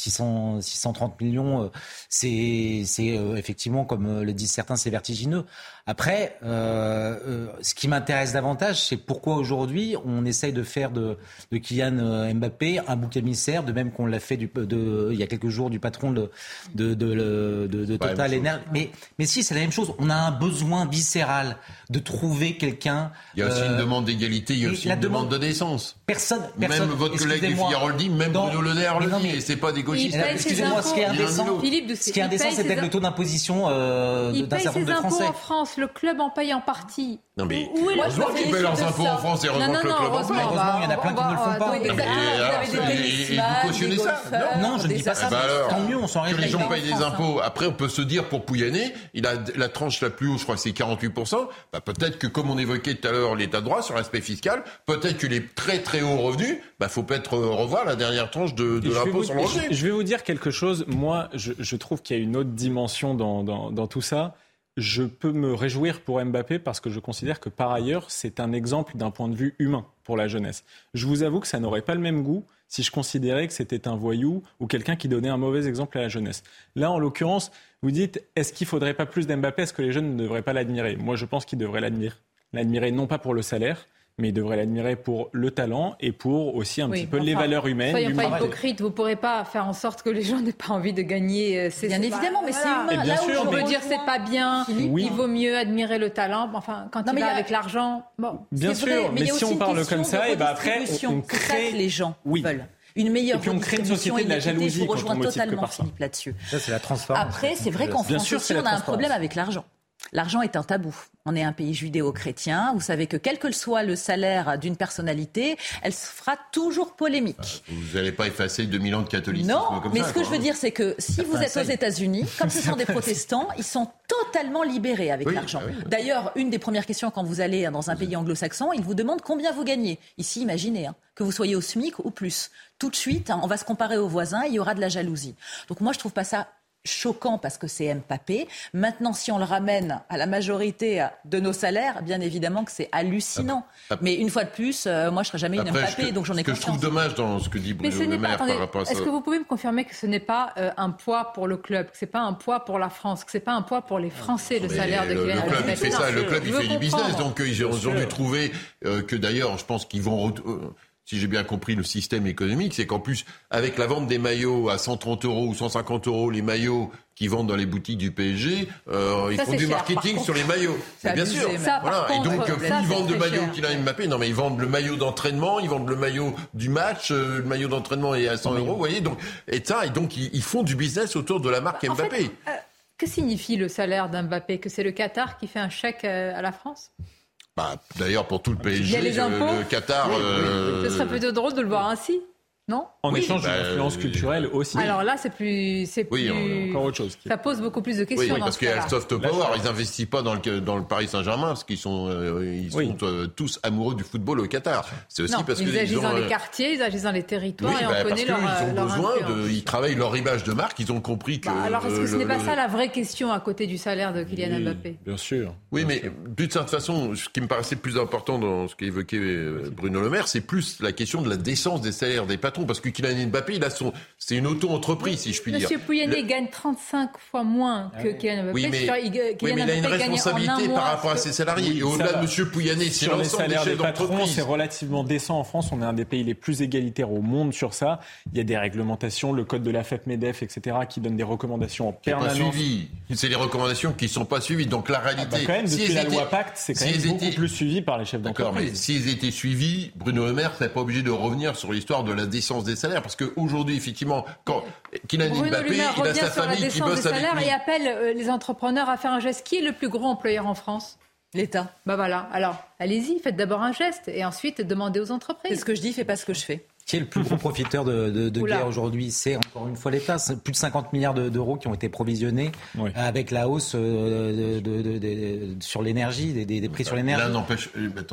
630 millions, c'est effectivement, comme le disent certains, c'est vertigineux. Après, ce qui m'intéresse davantage, c'est pourquoi aujourd'hui on essaye de faire de Kylian Mbappé un bouc émissaire, de même qu'on l'a fait il y a quelques jours du patron de Total Energy. Mais si, c'est la même chose. On a un besoin viscéral de trouver quelqu'un. Il y a aussi une demande d'égalité, il y a aussi une demande de naissance. Personne. Même votre collègue des Figaro le dit, même Bruno Le Maire le dit, et c'est pas des gauchistes. Excusez-moi, ce qui est indécent, c'est peut-être le taux d'imposition d'un certain nombre de Français. Il paye ses impôts en France, le club en paye en partie. Non mais heureusement qu'ils paient leurs impôts en France et heureusement que le club en paye. Heureusement, il y en a plein qui ne le font pas. Et vous cautionnez ça? Non, je ne dis pas ça. Tant mieux, on s'en réjouit. Que les gens payent des impôts. Après, on peut se dire, pour Pouyanné, il a la tranche la plus haute, je crois que c'est 48%. Peut-être que, comme on évoquait tout à l'heure l'état de droit sur l'aspect fiscal, peut-être que les très très hauts revenus, faut peut-être revoir la dernière tranche de l'impôt sur le revenu. Je vais vous dire quelque chose. Moi, je trouve qu'il y a une autre dimension dans tout ça. Je peux me réjouir pour Mbappé parce que je considère que par ailleurs, c'est un exemple d'un point de vue humain pour la jeunesse. Je vous avoue que ça n'aurait pas le même goût si je considérais que c'était un voyou ou quelqu'un qui donnait un mauvais exemple à la jeunesse. Là, en l'occurrence, vous dites, est-ce qu'il ne faudrait pas plus d'Mbappé? Est-ce que les jeunes ne devraient pas l'admirer? Moi, je pense qu'ils devraient l'admirer. L'admirer non pas pour le salaire, mais ils devraient l'admirer pour le talent et pour aussi un petit peu les valeurs humaines. Soyons pas hypocrites, vous ne pourrez pas faire en sorte que les gens n'aient pas envie de gagner. Bien évidemment, mais c'est humain. Là où on peut dire c'est pas bien, il vaut mieux admirer le talent. Enfin, quand il va avec l'argent, bon. Bien sûr, mais si on parle comme ça, et après on crée... C'est ça que les gens veulent. Une meilleure et puis on crée une société de la jalousie quand on motive que par ça. Philippe là-dessus. Ça, c'est la transparence. Après, c'est vrai qu'en France aussi, on a un problème avec l'argent. L'argent est un tabou. On est un pays judéo-chrétien. Vous savez que quel que soit le salaire d'une personnalité, elle fera toujours polémique. Vous n'allez pas effacer 2000 ans de catholicisme non, comme mais ça. Ce que je veux dire, c'est que si vous êtes aux États-Unis, comme ce sont des protestants, ils sont totalement libérés avec l'argent. Oui. D'ailleurs, une des premières questions quand vous allez dans un pays anglo-saxon, ils vous demandent combien vous gagnez. Ici, imaginez, que vous soyez au SMIC ou plus. Tout de suite, on va se comparer aux voisins, il y aura de la jalousie. Donc moi, je trouve pas ça choquant parce que c'est Mbappé. Maintenant, si on le ramène à la majorité de nos salaires, bien évidemment que c'est hallucinant. Mais une fois de plus, moi, je ne serai jamais une Mbappé, donc j'en ai conscience. Ce que je trouve dommage dans ce que dit Bruno Le Maire par rapport à ça... Est-ce que vous pouvez me confirmer que ce n'est pas un poids pour le club, que ce n'est pas un poids pour la France, que ce n'est pas un poids pour les Français, le salaire de Kylian Mbappé? Le club, il fait ça. Le club, il fait du business. Donc, ils ont dû trouver que, d'ailleurs, je pense qu'ils vont... Si j'ai bien compris le système économique, c'est qu'en plus, avec la vente des maillots à 130 € ou 150 €, les maillots qui vendent dans les boutiques du PSG, ils font du marketing sur les maillots. Bien sûr. Voilà. Et donc, ils vendent de maillots Kylian Mbappé. Non, mais ils vendent le maillot d'entraînement, ils vendent le maillot du match, le maillot d'entraînement est à 100 €, vous voyez. Donc, ils font du business autour de la marque Mbappé. Que signifie le salaire d'Mbappé? Que c'est le Qatar qui fait un chèque à la France? D'ailleurs, pour tout le PSG, le Qatar... Ce serait plutôt drôle de le voir ainsi, non? En échange d'une influence culturelle aussi. Alors là, c'est plus encore autre chose. Ça pose beaucoup plus de questions. Oui, parce qu'il y a le soft power. Ils n'investissent pas dans le Paris Saint-Germain parce qu'ils sont tous amoureux du football au Qatar. C'est aussi parce qu'ils agissent dans les quartiers, ils agissent dans les territoires et on connaît leur besoin ils travaillent leur image de marque. Ils ont compris que. Alors est-ce que ce n'est pas ça la vraie question à côté du salaire de Kylian Mbappé? Bien sûr. Oui, mais d'une certaine façon, ce qui me paraissait plus important dans ce qu'évoquait Bruno Le Maire, c'est plus la question de la décence des salaires des patrons, parce que Kylian Mbappé, c'est une auto-entreprise, si je puis dire. Monsieur Pouyanné gagne 35 fois moins que Kylian Mbappé. Oui, mais il a une responsabilité par rapport à ses salariés. Et au-delà de Monsieur Pouyanné, sur les salaires des patrons, c'est relativement décent en France. On est un des pays les plus égalitaires au monde sur ça. Il y a des réglementations, le code de la FEP-MEDEF, etc., qui donne des recommandations en permanence. C'est les recommandations qui ne sont pas suivies. Donc la réalité... quand même, depuis la loi Pacte, c'est quand même beaucoup plus suivi par les chefs d'entreprise. D'accord, mais s'ils étaient suivis, Bruno Le Maire ne serait pas obligé de revenir sur l'histoire de la décence des salaires. Parce qu'aujourd'hui, effectivement, quand Kylian Mbappé, il a sa famille qui bosse avec lui. Et appelle les entrepreneurs à faire un geste. Qui est le plus gros employeur en France? L'État. Voilà. Alors, allez-y, faites d'abord un geste et ensuite demandez aux entreprises. C'est ce que je dis, fais pas ce que je fais. Qui est le plus gros profiteur de guerre aujourd'hui? C'est encore une fois l'État. C'est plus de 50 milliards d'euros qui ont été provisionnés avec la hausse sur l'énergie, des prix sur l'énergie. L'un n'empêche.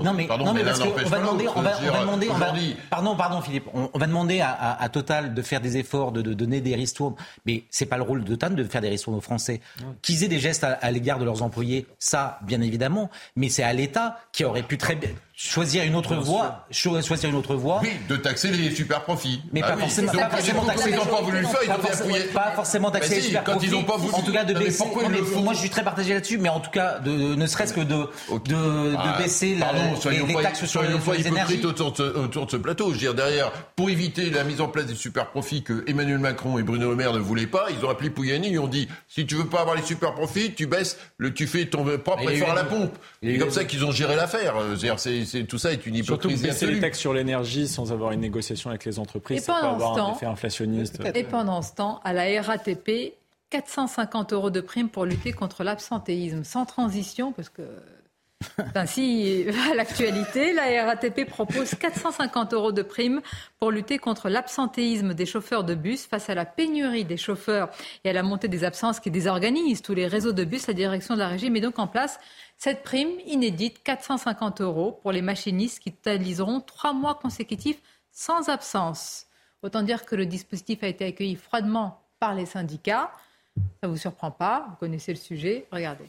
Pardon Philippe, on va demander à Total de faire des efforts, de donner des ristournes, mais c'est pas le rôle de Total de faire des ristournes aux Français. Qu'ils aient des gestes à l'égard de leurs employés, ça bien évidemment, mais c'est à l'État qui aurait pu très bien choisir une autre voie. Oui, de taxer les super profits. Mais pas forcément taxer. Ils n'ont pas voulu le faire, ils ont fait appuyer. Pas forcément taxer les super profits. Quand ils n'ont pas voulu. En tout cas, de baisser. Moi, je suis très partagé là-dessus, mais en tout cas, ne serait-ce que de baisser les taxes sur les énergies. Autour de ce plateau. Je veux dire, derrière, pour éviter la mise en place des super profits que Emmanuel Macron et Bruno Le Maire ne voulaient pas, ils ont appelé Pouyani, ils ont dit si tu veux pas avoir les super profits, tu baisses, tu fais ton propre effort à la pompe. C'est comme ça qu'ils ont géré l'affaire. Tout ça est une hypocrisie surtout baisser absolue. Les taxes sur l'énergie sans avoir une négociation avec les entreprises, ça peut avoir un effet inflationniste. Et pendant ce temps, à la RATP, 450 € de prime pour lutter contre l'absentéisme. Sans transition, parce que ainsi à l'actualité, la RATP propose 450 € de prime pour lutter contre l'absentéisme des chauffeurs de bus face à la pénurie des chauffeurs et à la montée des absences qui désorganisent tous les réseaux de bus. La direction de la régie met donc en place cette prime inédite, 450 € pour les machinistes qui totaliseront 3 mois consécutifs sans absence. Autant dire que le dispositif a été accueilli froidement par les syndicats. Ça ne vous surprend pas, vous connaissez le sujet, regardez.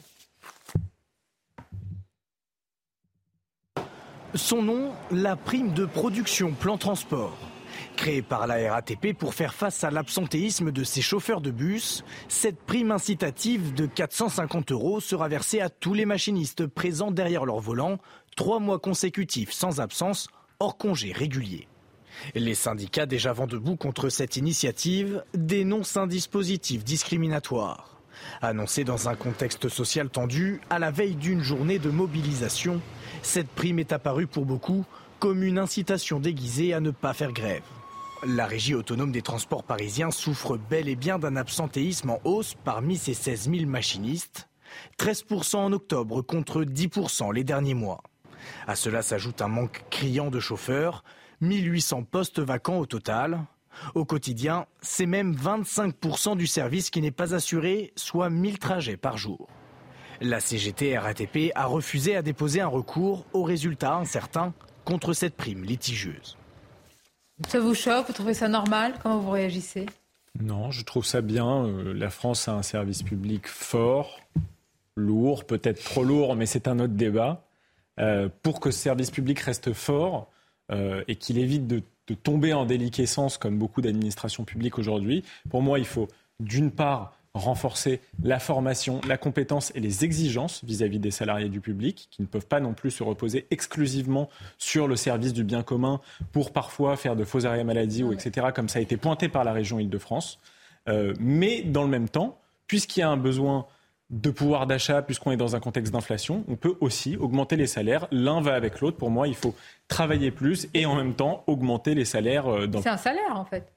Son nom, la prime de production plan transport. Créée par la RATP pour faire face à l'absentéisme de ses chauffeurs de bus, cette prime incitative de 450 € sera versée à tous les machinistes présents derrière leur volant, 3 mois consécutifs sans absence, hors congé régulier. Les syndicats déjà vent debout contre cette initiative dénoncent un dispositif discriminatoire. Annoncé dans un contexte social tendu, à la veille d'une journée de mobilisation, cette prime est apparue pour beaucoup comme une incitation déguisée à ne pas faire grève. La Régie autonome des transports parisiens souffre bel et bien d'un absentéisme en hausse parmi ses 16 000 machinistes, 13% en octobre contre 10% les derniers mois. À cela s'ajoute un manque criant de chauffeurs, 1800 postes vacants au total. Au quotidien, c'est même 25% du service qui n'est pas assuré, soit 1000 trajets par jour. La CGT RATP a refusé à déposer un recours au résultat incertain contre cette prime litigieuse. Ça vous choque? Vous trouvez ça normal? Comment vous réagissez? Non, je trouve ça bien. La France a un service public fort, lourd, peut-être trop lourd, mais c'est un autre débat. Pour que ce service public reste fort et qu'il évite de tomber en déliquescence comme beaucoup d'administrations publiques aujourd'hui, pour moi, il faut d'une part renforcer la formation, la compétence et les exigences vis-à-vis des salariés du public qui ne peuvent pas non plus se reposer exclusivement sur le service du bien commun pour parfois faire de faux arrêts maladie ou etc. comme ça a été pointé par la région Île-de-France. Mais dans le même temps, puisqu'il y a un besoin de pouvoir d'achat, puisqu'on est dans un contexte d'inflation, on peut aussi augmenter les salaires. L'un va avec l'autre. Pour moi, il faut travailler plus et en même temps augmenter les salaires. C'est un salaire en fait.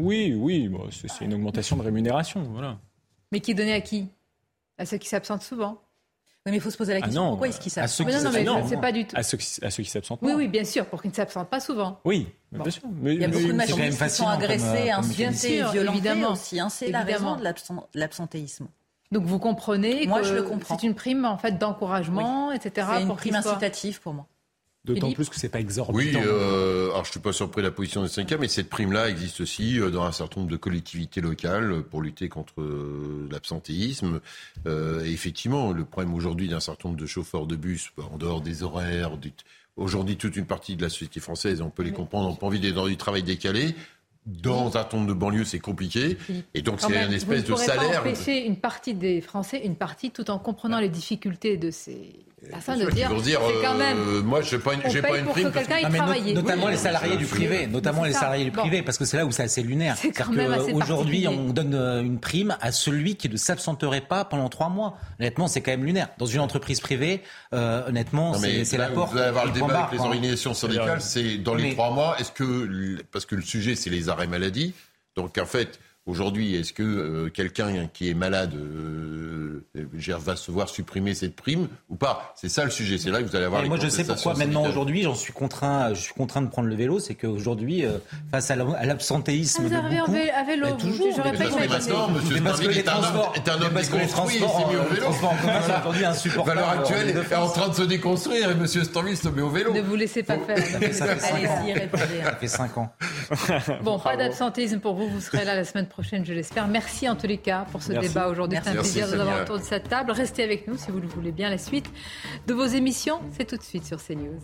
Oui, bon, c'est une augmentation de rémunération, voilà. Mais qui est donné à qui? À ceux qui s'absentent souvent. Oui, mais il faut se poser la question, pourquoi est-ce qu'ils s'absentent? C'est pas du tout. À ceux qui s'absentent. Oui, bien sûr, pour qu'ils ne s'absentent pas souvent. Oui, bien sûr. Mais il y a beaucoup de machinistes qui sont agressés, insultés, violentés évidemment. aussi. C'est la raison de l'absentéisme. Donc vous comprenez moi, que je le comprends. C'est une prime en fait d'encouragement, etc. C'est une prime incitative pour moi. D'autant plus que c'est pas exorbitant. Oui, alors je suis pas surpris de la position des syndicats, mais cette prime-là existe aussi dans un certain nombre de collectivités locales pour lutter contre l'absentéisme. Et effectivement, le problème aujourd'hui d'un certain nombre de chauffeurs de bus, en dehors des horaires, aujourd'hui toute une partie de la société française, on peut les comprendre, n'ont pas envie d'être dans du travail décalé. Dans un certain nombre de banlieues, c'est compliqué. Et donc, c'est une espèce de salaire. Vous ne pourrez pas empêcher une partie des Français, tout en comprenant les difficultés de ces personnes, de dire, c'est quand même... moi, je n'ai pas une prime. Notamment les salariés du privé. Notamment les salariés du privé, parce que c'est là où c'est assez lunaire. C'est-à-dire qu'aujourd'hui, on donne une prime à celui qui ne s'absenterait pas pendant 3 mois. Honnêtement, c'est quand même lunaire. Dans une entreprise privée, honnêtement, c'est l'apport. Vous allez avoir le débat avec les organisations syndicales. C'est dans les 3 mois, parce que le sujet, c'est les arrêts maladie. Donc, en fait, Aujourd'hui, est-ce que quelqu'un qui est malade va se voir supprimer cette prime ou pas? C'est ça le sujet. C'est là que vous allez avoir les contestations. Moi, je sais pourquoi maintenant, aujourd'hui, je suis contraint de prendre le vélo. C'est qu'aujourd'hui, face à l'absentéisme de beaucoup... Vous arrivez à vélo, toujours. J'aurais pas imaginé. Parce que les transports est un homme déconstruit, il s'est mis au vélo. Transport en commun, c'est aujourd'hui insupportable. À l'heure actuelle, il est en train de se déconstruire et M. Stanley se met au vélo. Ne vous laissez pas faire. Allez-y, répondez. Ça fait 5 ans. Bon, pas d'absentéisme pour vous. Vous serez là la semaine prochaine, je l'espère. Merci en tous les cas pour ce débat aujourd'hui. C'est un plaisir de vous avoir autour de cette table. Restez avec nous si vous le voulez bien. La suite de vos émissions, c'est tout de suite sur CNews.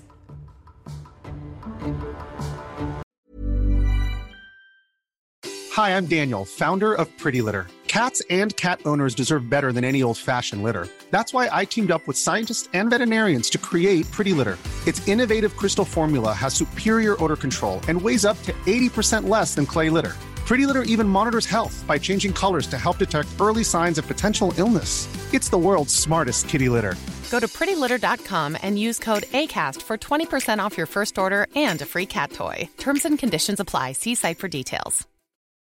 Hi, I'm Daniel, founder of Pretty Litter. Cats and cat owners deserve better than any old-fashioned litter. That's why I teamed up with scientists and veterinarians to create Pretty Litter. Its innovative crystal formula has superior odor control and weighs up to 80% less than clay litter. Pretty Litter even monitors health by changing colors to help detect early signs of potential illness. It's the world's smartest kitty litter. Go to prettylitter.com and use code ACAST for 20% off your first order and a free cat toy. Terms and conditions apply. See site for details.